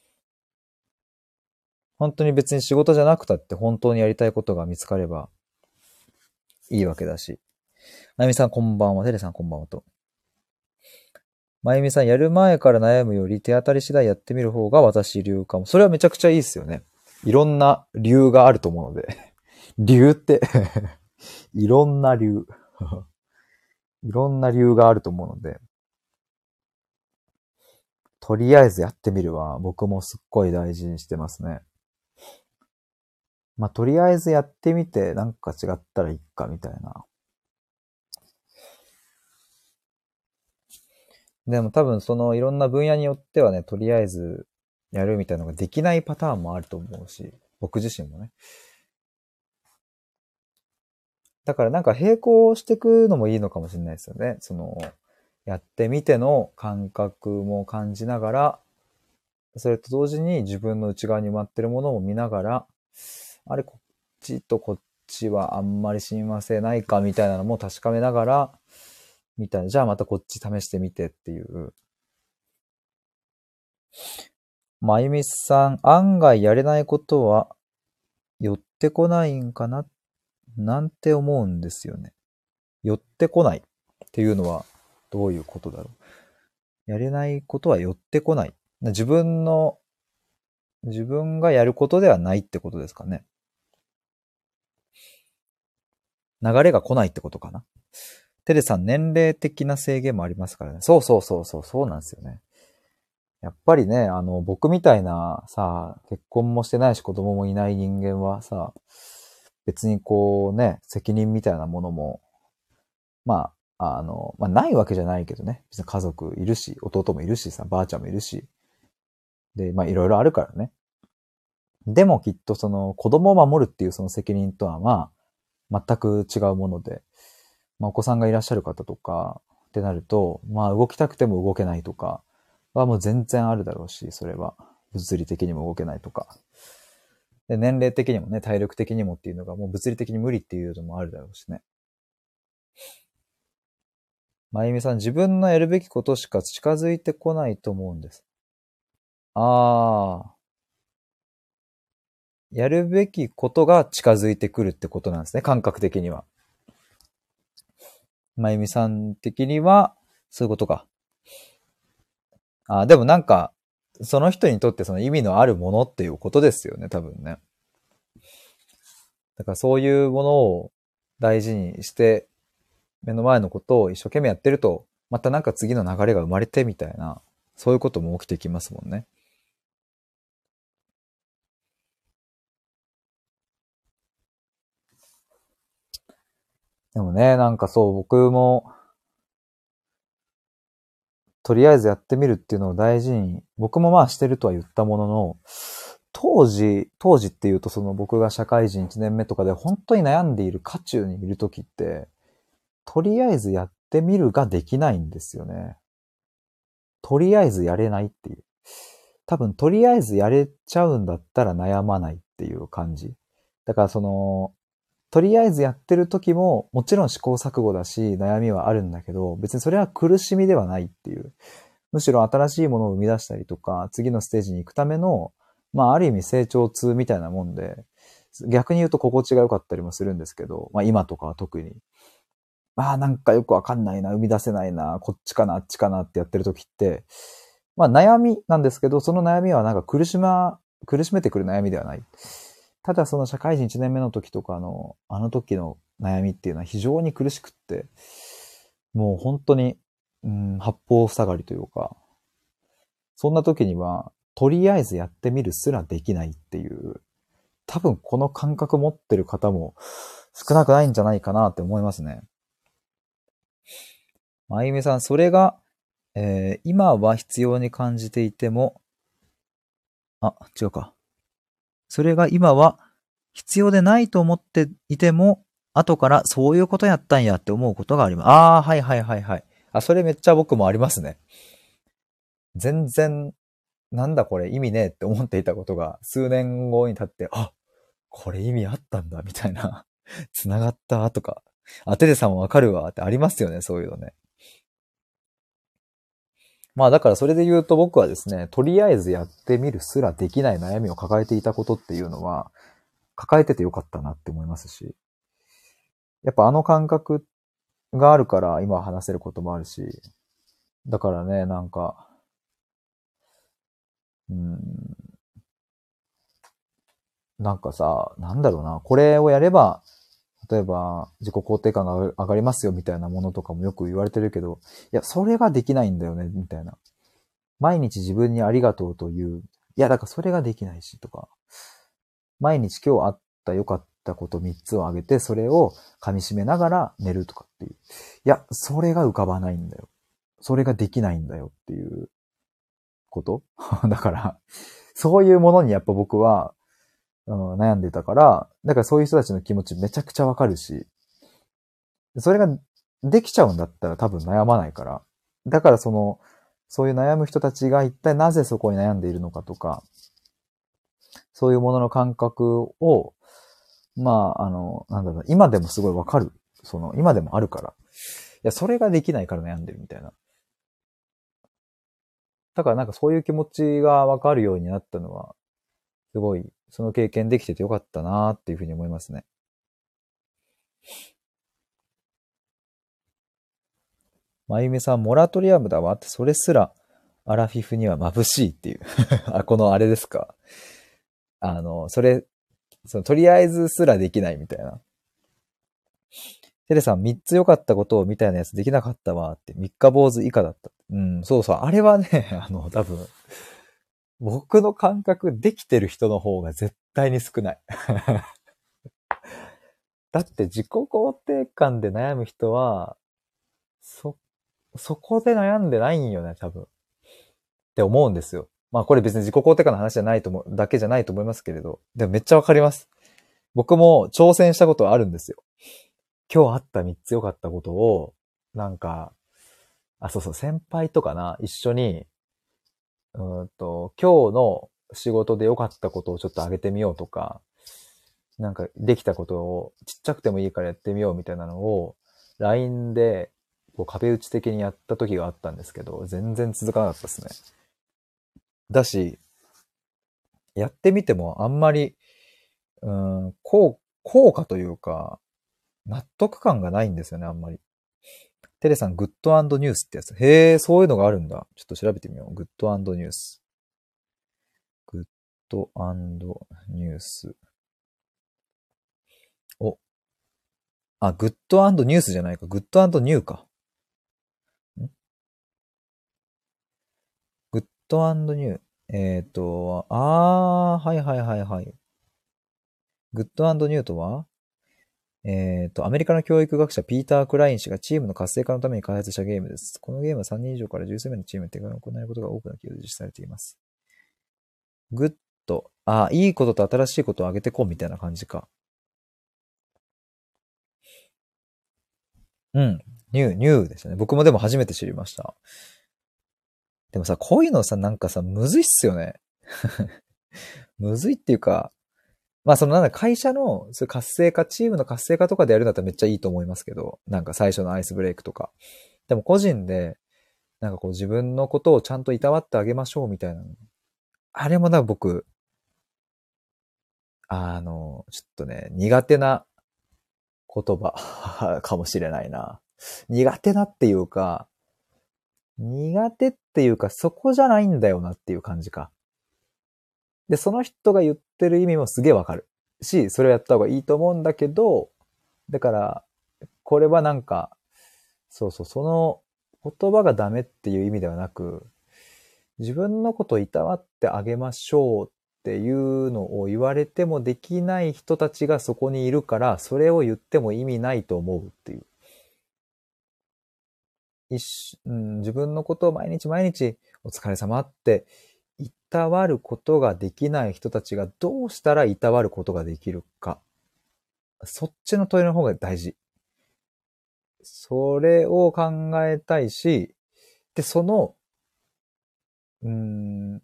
本当に別に仕事じゃなくたって本当にやりたいことが見つかればいいわけだし。まゆみさんこんばんは。テレさんこんばんはと。まゆみさん、やる前から悩むより手当たり次第やってみる方が私流かも。それはめちゃくちゃいいですよね。いろんな流があると思うので。流っていろんな流。いろんな流があると思うので。とりあえずやってみるは僕もすっごい大事にしてますね。まあ、とりあえずやってみてなんか違ったらいいかみたいな。でも多分そのいろんな分野によってはね、とりあえずやるみたいなのができないパターンもあると思うし、僕自身もね。だからなんか並行していくのもいいのかもしれないですよね。その、やってみての感覚も感じながら、それと同時に自分の内側に埋まってるものを見ながら、あれ、こっちとこっちはあんまり親和性ないかみたいなのも確かめながら、みたいな、じゃあまたこっち試してみてっていう。まゆみさん、案外やれないことは寄ってこないんかななんて思うんですよね。寄ってこないっていうのはどういうことだろう。やれないことは寄ってこない。自分の、自分がやることではないってことですかね。流れが来ないってことかな。テレさん、年齢的な制限もありますからね。そうそうそうそう、そうなんですよね。やっぱりね、あの、僕みたいなさ、結婚もしてないし子供もいない人間はさ、別にこうね、責任みたいなものも、まあ、あの、まあ、ないわけじゃないけどね。別に家族いるし、弟もいるしさ、ばあちゃんもいるし。で、まあ、いろいろあるからね。でもきっとその子供を守るっていうその責任とはまあ、全く違うもので、まあ、お子さんがいらっしゃる方とかってなると、まあ、動きたくても動けないとかはもう全然あるだろうし、それは。物理的にも動けないとか。で、年齢的にもね、体力的にもっていうのがもう物理的に無理っていうのもあるだろうしね。まゆみさん、自分のやるべきことしか近づいてこないと思うんです。ああ、 やるべきことが近づいてくるってことなんですね、感覚的には。まゆみさん的には、そういうことか。あ、でもなんか、その人にとってその意味のあるものっていうことですよね、多分ね。だからそういうものを大事にして、目の前のことを一生懸命やってると、またなんか次の流れが生まれてみたいな、そういうことも起きてきますもんね。でもね、なんかそう、僕も、とりあえずやってみるっていうのを大事に、僕もまあしてるとは言ったものの、当時、当時っていうとその僕が社会人いちねんめとかで本当に悩んでいる渦中にいる時って、とりあえずやってみるができないんですよね。とりあえずやれないっていう。多分とりあえずやれちゃうんだったら悩まないっていう感じ。だからその、とりあえずやってる時ももちろん試行錯誤だし悩みはあるんだけど、別にそれは苦しみではないっていう。むしろ新しいものを生み出したりとか、次のステージに行くための、まあある意味成長痛みたいなもんで、逆に言うと心地が良かったりもするんですけど、まあ今とかは特に。まあなんかよくわかんないな、生み出せないな、こっちかな、あっちかなってやってる時って、まあ悩みなんですけど、その悩みはなんか苦しま、苦しめてくる悩みではない。ただその社会人いちねんめの時とかの、あの時の悩みっていうのは非常に苦しくって、もう本当に、うん、八方塞がりというか、そんな時には、とりあえずやってみるすらできないっていう、多分この感覚持ってる方も少なくないんじゃないかなって思いますね。まゆみさん、それが、えー今は必要に感じていても、あ、違うか。それが今は必要でないと思っていても、後からそういうことやったんやって思うことがあります。ああ、はいはいはいはい。あ、それめっちゃ僕もありますね。全然、なんだこれ意味ねえって思っていたことが、数年後に経って、あ、これ意味あったんだ、みたいな。繋がったとか。あ、ててさんもわかるわってありますよね、そういうのね。まあだからそれで言うと僕はですね、とりあえずやってみるすらできない悩みを抱えていたことっていうのは、抱えててよかったなって思いますし、やっぱあの感覚があるから今話せることもあるし、だからね、なんか、うん、なんかさ、なんだろうな、これをやれば、例えば自己肯定感が上がりますよみたいなものとかもよく言われてるけど、いや、それができないんだよね、みたいな。毎日自分にありがとうという、いや、だからそれができないし、とか、毎日今日あった良かったことみっつをあげて、それを噛み締めながら寝るとかっていう。いや、それが浮かばないんだよ。それができないんだよっていうことだから、そういうものにやっぱ僕は、うん、悩んでたから、だからそういう人たちの気持ちめちゃくちゃわかるし、それができちゃうんだったら多分悩まないから。だからその、そういう悩む人たちが一体なぜそこに悩んでいるのかとか、そういうものの感覚を、まあ、あの、なんだろう、今でもすごいわかる。その、今でもあるから。いや、それができないから悩んでるみたいな。だからなんかそういう気持ちがわかるようになったのは、すごい、その経験できててよかったなっていうふうに思いますね。まゆみさん、モラトリアムだわって、それすら、アラフィフには眩しいっていう。あ、このあれですか。あの、それ、その、とりあえずすらできないみたいな。テレさん、みっつ良かったことをみたいなやつできなかったわって、三日坊主以下だった。うん、そうそう。あれはね、あの、多分、僕の感覚できてる人の方が絶対に少ない。だって自己肯定感で悩む人は、そ、そこで悩んでないんよね、多分。って思うんですよ。まあこれ別に自己肯定感の話じゃないと思う、だけじゃないと思いますけれど。でもめっちゃわかります。僕も挑戦したことはあるんですよ。今日あったみっつ良かったことを、なんか、あ、そうそう、先輩とかな、一緒に、うーんと、今日の仕事で良かったことをちょっと上げてみようとか、なんかできたことをちっちゃくてもいいからやってみようみたいなのを、ライン でこう壁打ち的にやった時があったんですけど、全然続かなかったですね。だし、やってみてもあんまり、 うーん、効、効果というか、納得感がないんですよね、あんまり。テレさん、グッドニュースってやつ。へえ、そういうのがあるんだ。ちょっと調べてみよう。グッドニュース。グッドニュース。お、あ、グッドニュースじゃないか。グッドニューか。んグッドニュー。えっと、あー、はいはいはいはい。グッドニューとはえっと、アメリカの教育学者ピーター・クライン氏がチームの活性化のために開発したゲームです。このゲームはさんにん以上からじゅう数名のチームで手軽に行えることが多くの企業で実施されています。グッド。あ、いいことと新しいことを上げてこうみたいな感じか。うん。ニュー、ニューですね。僕もでも初めて知りました。でもさ、こういうのさ、なんかさ、むずいっすよね。むずいっていうか、まあそのなんだ、会社のそういう活性化、チームの活性化とかでやるんだったらめっちゃいいと思いますけど、なんか最初のアイスブレイクとか。でも個人で、なんかこう自分のことをちゃんといたわってあげましょうみたいなの。あれもなんか僕、あの、ちょっとね、苦手な言葉かもしれないな。苦手なっていうか、苦手っていうか、そこじゃないんだよなっていう感じか。で、その人が言ってる意味もすげえわかるし、それをやった方がいいと思うんだけど、だから、これはなんか、そうそう、その言葉がダメっていう意味ではなく、自分のことをいたわってあげましょうっていうのを言われてもできない人たちがそこにいるから、それを言っても意味ないと思うっていう。一緒、うん、自分のことを毎日毎日お疲れ様っていたわることができない人たちがどうしたらいたわることができるか。そっちの問いの方が大事。それを考えたいし、で、その、うーん、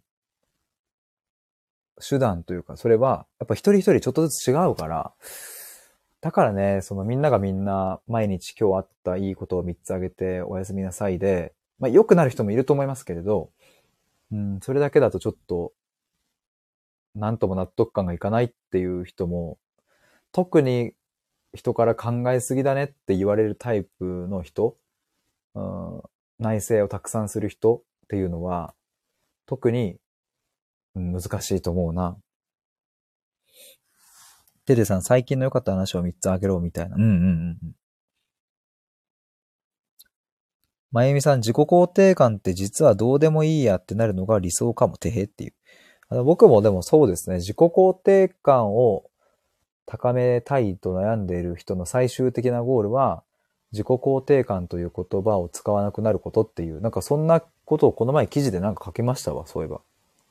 手段というか、それは、やっぱ一人一人ちょっとずつ違うから、だからね、そのみんながみんな毎日今日あったいいことをみっつあげておやすみなさいで、まあ良くなる人もいると思いますけれど、うん、それだけだとちょっと、なんとも納得感がいかないっていう人も、特に人から考えすぎだねって言われるタイプの人、うん、内省をたくさんする人っていうのは、特に難しいと思うな。テレさん、最近の良かった話をみっつあげろみたいな。うんうんうん。まゆみさん、自己肯定感って実はどうでもいいやってなるのが理想かも、てへっていう。あの僕もでもそうですね、自己肯定感を高めたいと悩んでいる人の最終的なゴールは、自己肯定感という言葉を使わなくなることっていう、なんかそんなことをこの前記事でなんか書きましたわ、そういえば。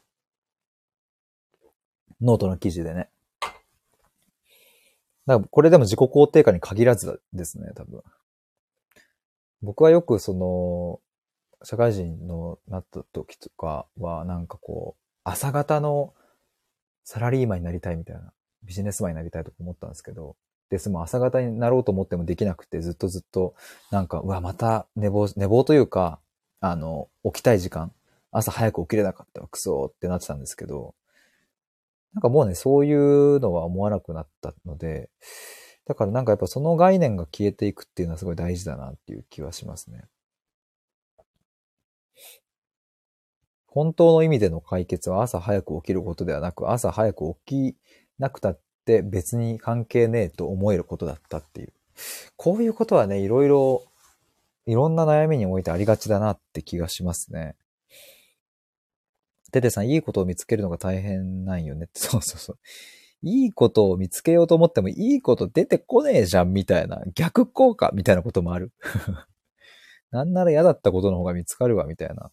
ノートの記事でね。だからこれでも自己肯定感に限らずですね、多分。僕はよくその、社会人のなった時とかは、なんかこう、朝方のサラリーマンになりたいみたいな、ビジネスマンになりたいとか思ったんですけど、で、その朝方になろうと思ってもできなくて、ずっとずっと、なんか、うわ、また寝坊、寝坊というか、あの、起きたい時間、朝早く起きれなかったわ、クソーってなってたんですけど、なんかもうね、そういうのは思わなくなったので、だからなんかやっぱその概念が消えていくっていうのはすごい大事だなっていう気はしますね。本当の意味での解決は朝早く起きることではなく、朝早く起きなくたって別に関係ねえと思えることだったっていう。こういうことはね、いろいろ、いろんな悩みにおいてありがちだなって気がしますね。テテさん、いいことを見つけるのが大変なんよねって。そうそうそう。いいことを見つけようと思ってもいいこと出てこねえじゃんみたいな。逆効果みたいなこともある。なんなら嫌だったことの方が見つかるわみたいな。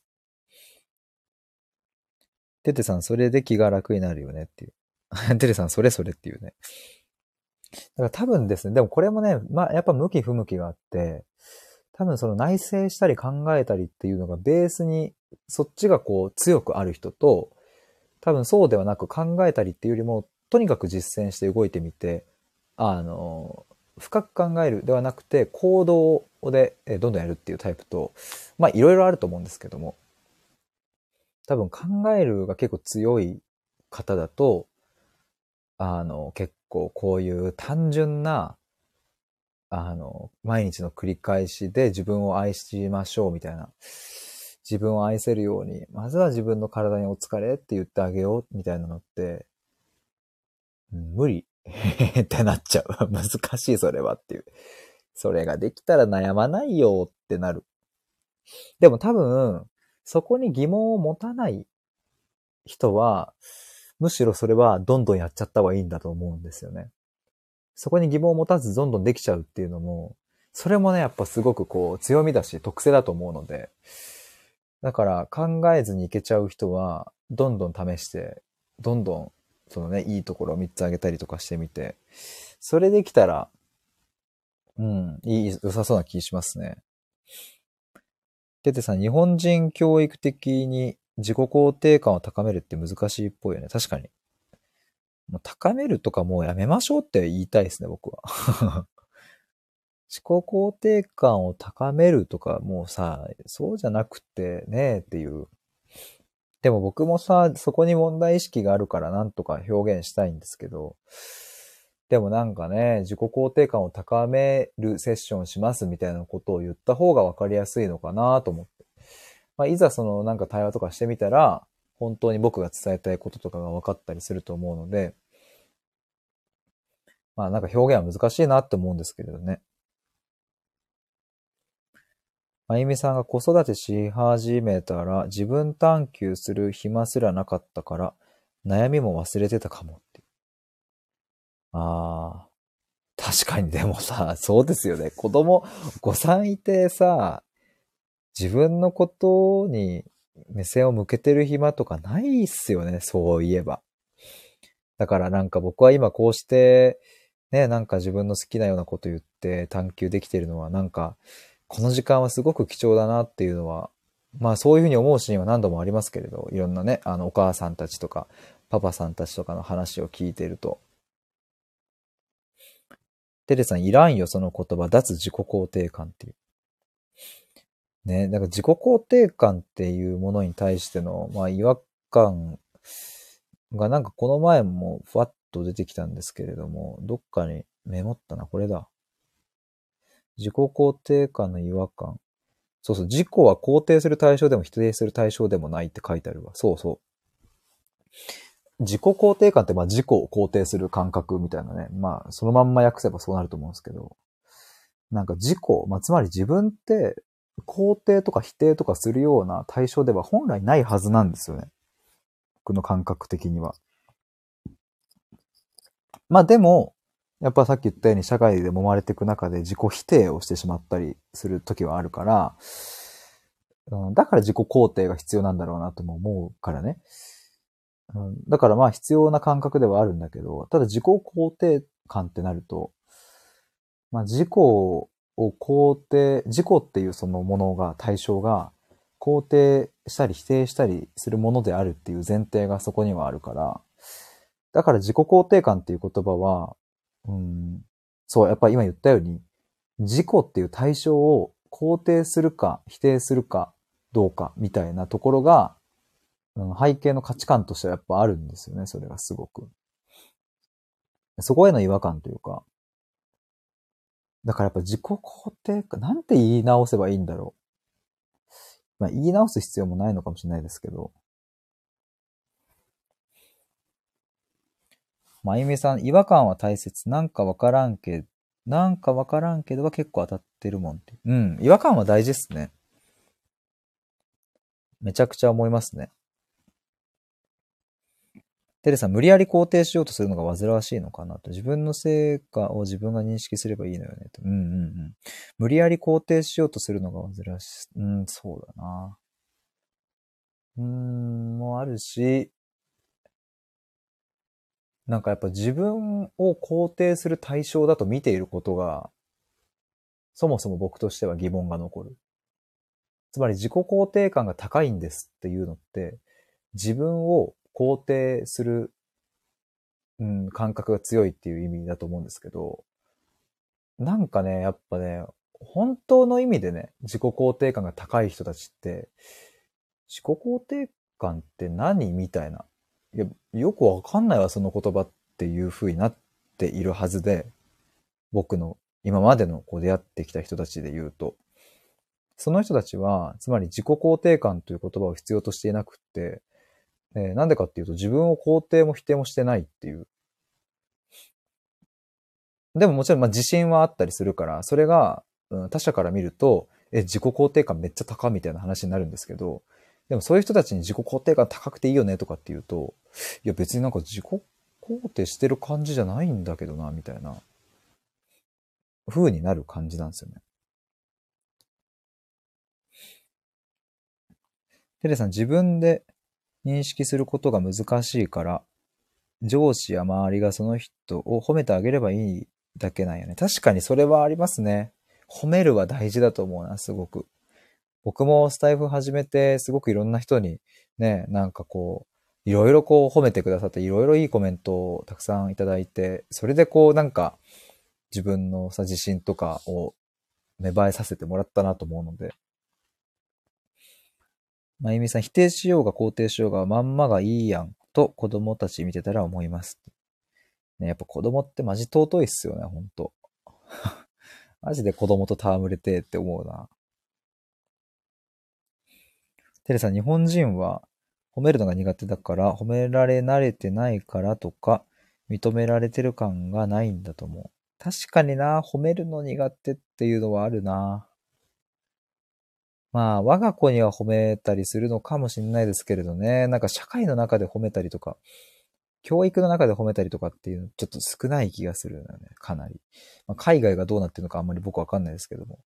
テテさん、それで気が楽になるよねっていう。テテさん、それそれっていうね。だから多分ですね、でもこれもね、まあやっぱ向き不向きがあって、多分その内省したり考えたりっていうのがベースにそっちがこう強くある人と、多分そうではなく考えたりっていうよりも、とにかく実践して動いてみて、あの、深く考えるではなくて行動でえどんどんやるっていうタイプと、まあいろいろあると思うんですけども、多分考えるが結構強い方だと、 あの、結構こういう単純な、あの、毎日の繰り返しで自分を愛しましょうみたいな。自分を愛せるように、まずは自分の体にお疲れって言ってあげようみたいなのって、うん、無理ってなっちゃう。難しいそれはっていう。それができたら悩まないよってなる。でも多分、そこに疑問を持たない人は、むしろそれはどんどんやっちゃった方がいいんだと思うんですよね。そこに疑問を持たずどんどんできちゃうっていうのも、それもね、やっぱすごくこう強みだし特性だと思うので、だから考えずにいけちゃう人は、どんどん試して、どんどんそのね、いいところをみっつあげたりとかしてみて、それできたら、うん、いい、良さそうな気しますね。ててさん、日本人教育的に自己肯定感を高めるって難しいっぽいよね。確かに。もう高めるとかもうやめましょうって言いたいですね、僕は。自己肯定感を高めるとか、もうさ、そうじゃなくてねっていう。でも僕もさ、そこに問題意識があるからなんとか表現したいんですけど、でもなんかね、自己肯定感を高めるセッションしますみたいなことを言った方がわかりやすいのかなと思って。まあ、いざそのなんか対話とかしてみたら、本当に僕が伝えたいこととかが分かったりすると思うので、まあなんか表現は難しいなって思うんですけれどね。あゆみさんが子育てし始めたら自分探求する暇すらなかったから悩みも忘れてたかもって。ああ、確かにでもさ、そうですよね。子供、お子さんいてさ、自分のことに目線を向けてる暇とかないっすよね、そういえば。だからなんか僕は今こうして、ね、なんか自分の好きなようなこと言って探求できてるのはなんか、この時間はすごく貴重だなっていうのは、まあそういうふうに思うシーンは何度もありますけれど、いろんなね、あのお母さんたちとか、パパさんたちとかの話を聞いてると。テレさんいらんよ、その言葉、脱自己肯定感っていう。ね、だから自己肯定感っていうものに対しての、まあ違和感がなんかこの前もふわっと出てきたんですけれども、どっかにメモったな、これだ。自己肯定感の違和感。そうそう、自己は肯定する対象でも否定する対象でもないって書いてあるわ。そうそう。自己肯定感ってまあ自己を肯定する感覚みたいなね。まあそのまんま訳せばそうなると思うんですけど。なんか自己、まあつまり自分って肯定とか否定とかするような対象では本来ないはずなんですよね。僕の感覚的には。まあでも、やっぱさっき言ったように社会で揉まれていく中で自己否定をしてしまったりする時はあるから、うん、だから自己肯定が必要なんだろうなとも思うからね。うん、だからまあ必要な感覚ではあるんだけど、ただ自己肯定感ってなると、まあ自己を肯定、自己っていうそのものが、対象が肯定したり否定したりするものであるっていう前提がそこにはあるから、だから自己肯定感っていう言葉は、うん、そう、やっぱり今言ったように、自己っていう対象を肯定するか否定するかどうかみたいなところが、うん、背景の価値観としてはやっぱあるんですよね、それがすごく。そこへの違和感というか。だからやっぱ自己肯定感、なんて言い直せばいいんだろう。まあ言い直す必要もないのかもしれないですけど。まゆみさん、違和感は大切。なんかわからんけど、なんかわからんけどは結構当たってるもんって。うん。違和感は大事っすね。めちゃくちゃ思いますね。テレさん、無理やり肯定しようとするのが煩わしいのかなと。自分の成果を自分が認識すればいいのよねと。うんうんうん。無理やり肯定しようとするのが煩わしい。うん、そうだな。うーん、もあるし、なんかやっぱ自分を肯定する対象だと見ていることが、そもそも僕としては疑問が残る。つまり自己肯定感が高いんですっていうのって、自分を肯定する、うん、感覚が強いっていう意味だと思うんですけど、なんかね、やっぱね、本当の意味でね、自己肯定感が高い人たちって、自己肯定感って何みたいな。いや、よくわかんないわ、その言葉っっていう風になっているはずで、僕の今までのこう出会ってきた人たちで言うと、その人たちは、つまり自己肯定感という言葉を必要としていなくって、えーなんでかっていうと自分を肯定も否定もしてないっていう。でももちろんまあ自信はあったりするから、それが、うん、他者から見ると、え、自己肯定感めっちゃ高みたいな話になるんですけど、でもそういう人たちに自己肯定感高くていいよねとかっていうと、いや別になんか自己肯定してる感じじゃないんだけどな、みたいな風になる感じなんですよね。テレさん、自分で認識することが難しいから、上司や周りがその人を褒めてあげればいいだけなんよね。確かにそれはありますね。褒めるは大事だと思うな、すごく。僕もスタイフ始めて、すごくいろんな人にね、なんかこう、いろいろこう褒めてくださって、いろいろいいコメントをたくさんいただいて、それでこうなんか自分のさ、自信とかを芽生えさせてもらったなと思うので、まゆみさん、否定しようが肯定しようがまんまがいいやんと子供たち見てたら思います。ね、やっぱ子供ってマジ尊いっすよね、ほんと。マジで子供と戯れてって思うな。テレさん、日本人は褒めるのが苦手だから、褒められ慣れてないからとか、認められてる感がないんだと思う。確かにな、褒めるの苦手っていうのはあるな。まあ、我が子には褒めたりするのかもしれないですけれどね。なんか社会の中で褒めたりとか、教育の中で褒めたりとかっていうのちょっと少ない気がするよね、かなり。まあ、海外がどうなってるのかあんまり僕わかんないですけども。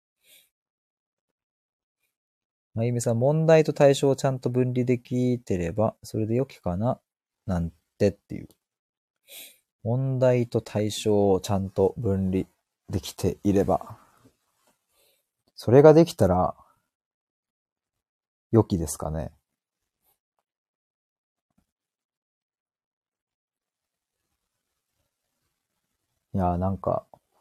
まゆみさん、問題と対象をちゃんと分離できてれば、それで良きかななんてっていう。問題と対象をちゃんと分離できていれば、それができたら良きですかね。いやーなんか、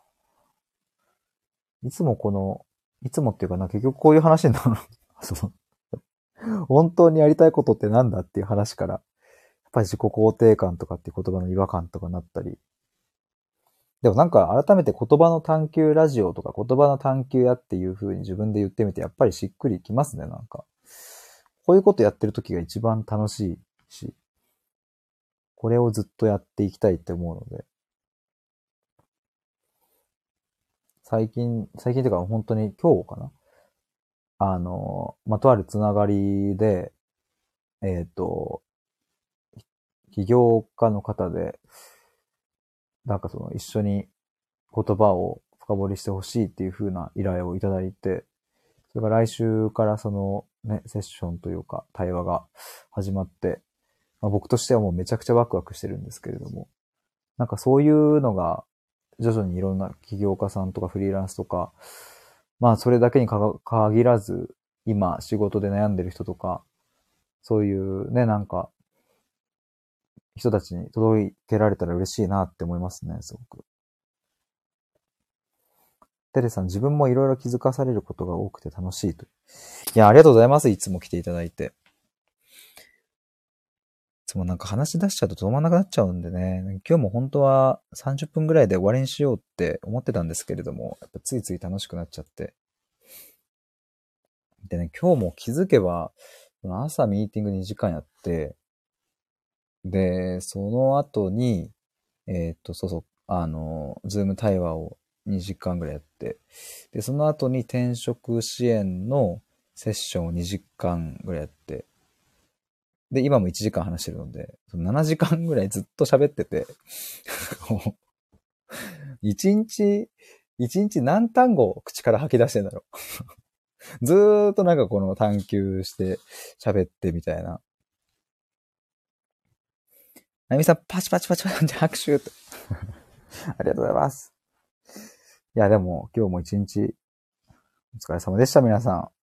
いつもこの、いつもっていうかな、結局こういう話になる。その本当にやりたいことってなんだっていう話から、やっぱり自己肯定感とかっていう言葉の違和感とかなったり。でもなんか改めて言葉の探求ラジオとか言葉の探求やっていう風に自分で言ってみて、やっぱりしっくりきますね、なんか。こういうことやってる時が一番楽しいし、これをずっとやっていきたいって思うので、最近、最近というか本当に今日かなあの、まあ、とあるつながりで、えっと、起業家の方で、なんかその一緒に言葉を深掘りしてほしいっていう風な依頼をいただいて、それが来週からそのね、セッションというか対話が始まって、まあ、僕としてはもうめちゃくちゃワクワクしてるんですけれども、なんかそういうのが徐々にいろんな起業家さんとかフリーランスとか、まあそれだけに限らず、今仕事で悩んでる人とか、そういうね、なんか人たちに届けられたら嬉しいなって思いますね、すごく。テレさん、自分もいろいろ気づかされることが多くて楽しいと。いや、ありがとうございます。いつも来ていただいて。いつもなんか話し出しちゃうと止まんなくなっちゃうんでね。今日も本当はさんじゅっぷんぐらいで終わりにしようって思ってたんですけれども、やっぱついつい楽しくなっちゃって。でね、今日も気づけば、朝ミーティングにじかんやって、で、その後に、えーっと、そうそう、あの、ズーム対話をにじかんぐらいやって、で、その後に転職支援のセッションをにじかんぐらいやって、で、今もいちじかん話してるので、そのななじかんぐらいずっと喋ってて、いちにち、いちにち何単語口から吐き出してんだろう。ずーっとなんかこの探求して喋ってみたいな。なみさん、パチパチパチパチって拍手と。ありがとうございます。いや、でも今日も一日お疲れ様でした、皆さん。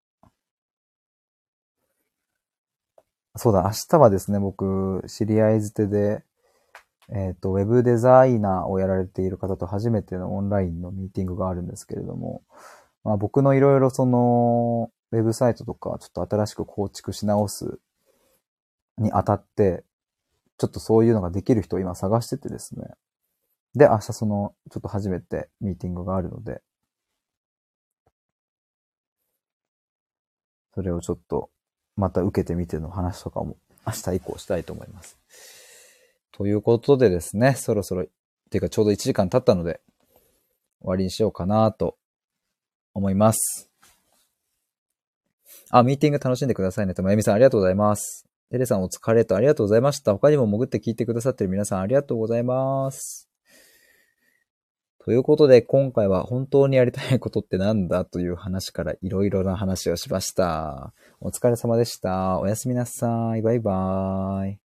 そうだ、明日はですね、僕、知り合いづてで、えっと、ウェブデザイナーをやられている方と初めてのオンラインのミーティングがあるんですけれども、まあ、僕のいろいろその、ウェブサイトとか、ちょっと新しく構築し直すにあたって、 ちょっとそういうのができる人を今探しててですね。で、明日その、ちょっと初めてミーティングがあるので、それをちょっと、また受けてみての話とかも明日以降したいと思います。ということでですね、そろそろ、っていうかちょうどいちじかん経ったので、終わりにしようかなと思います。あ、ミーティング楽しんでくださいねと、まゆみさんありがとうございます。テレさんお疲れとありがとうございました。他にも潜って聞いてくださってる皆さんありがとうございます。ということで、今回は本当にやりたいことってなんだという話からいろいろな話をしました。お疲れ様でした。おやすみなさい。バイバーイ。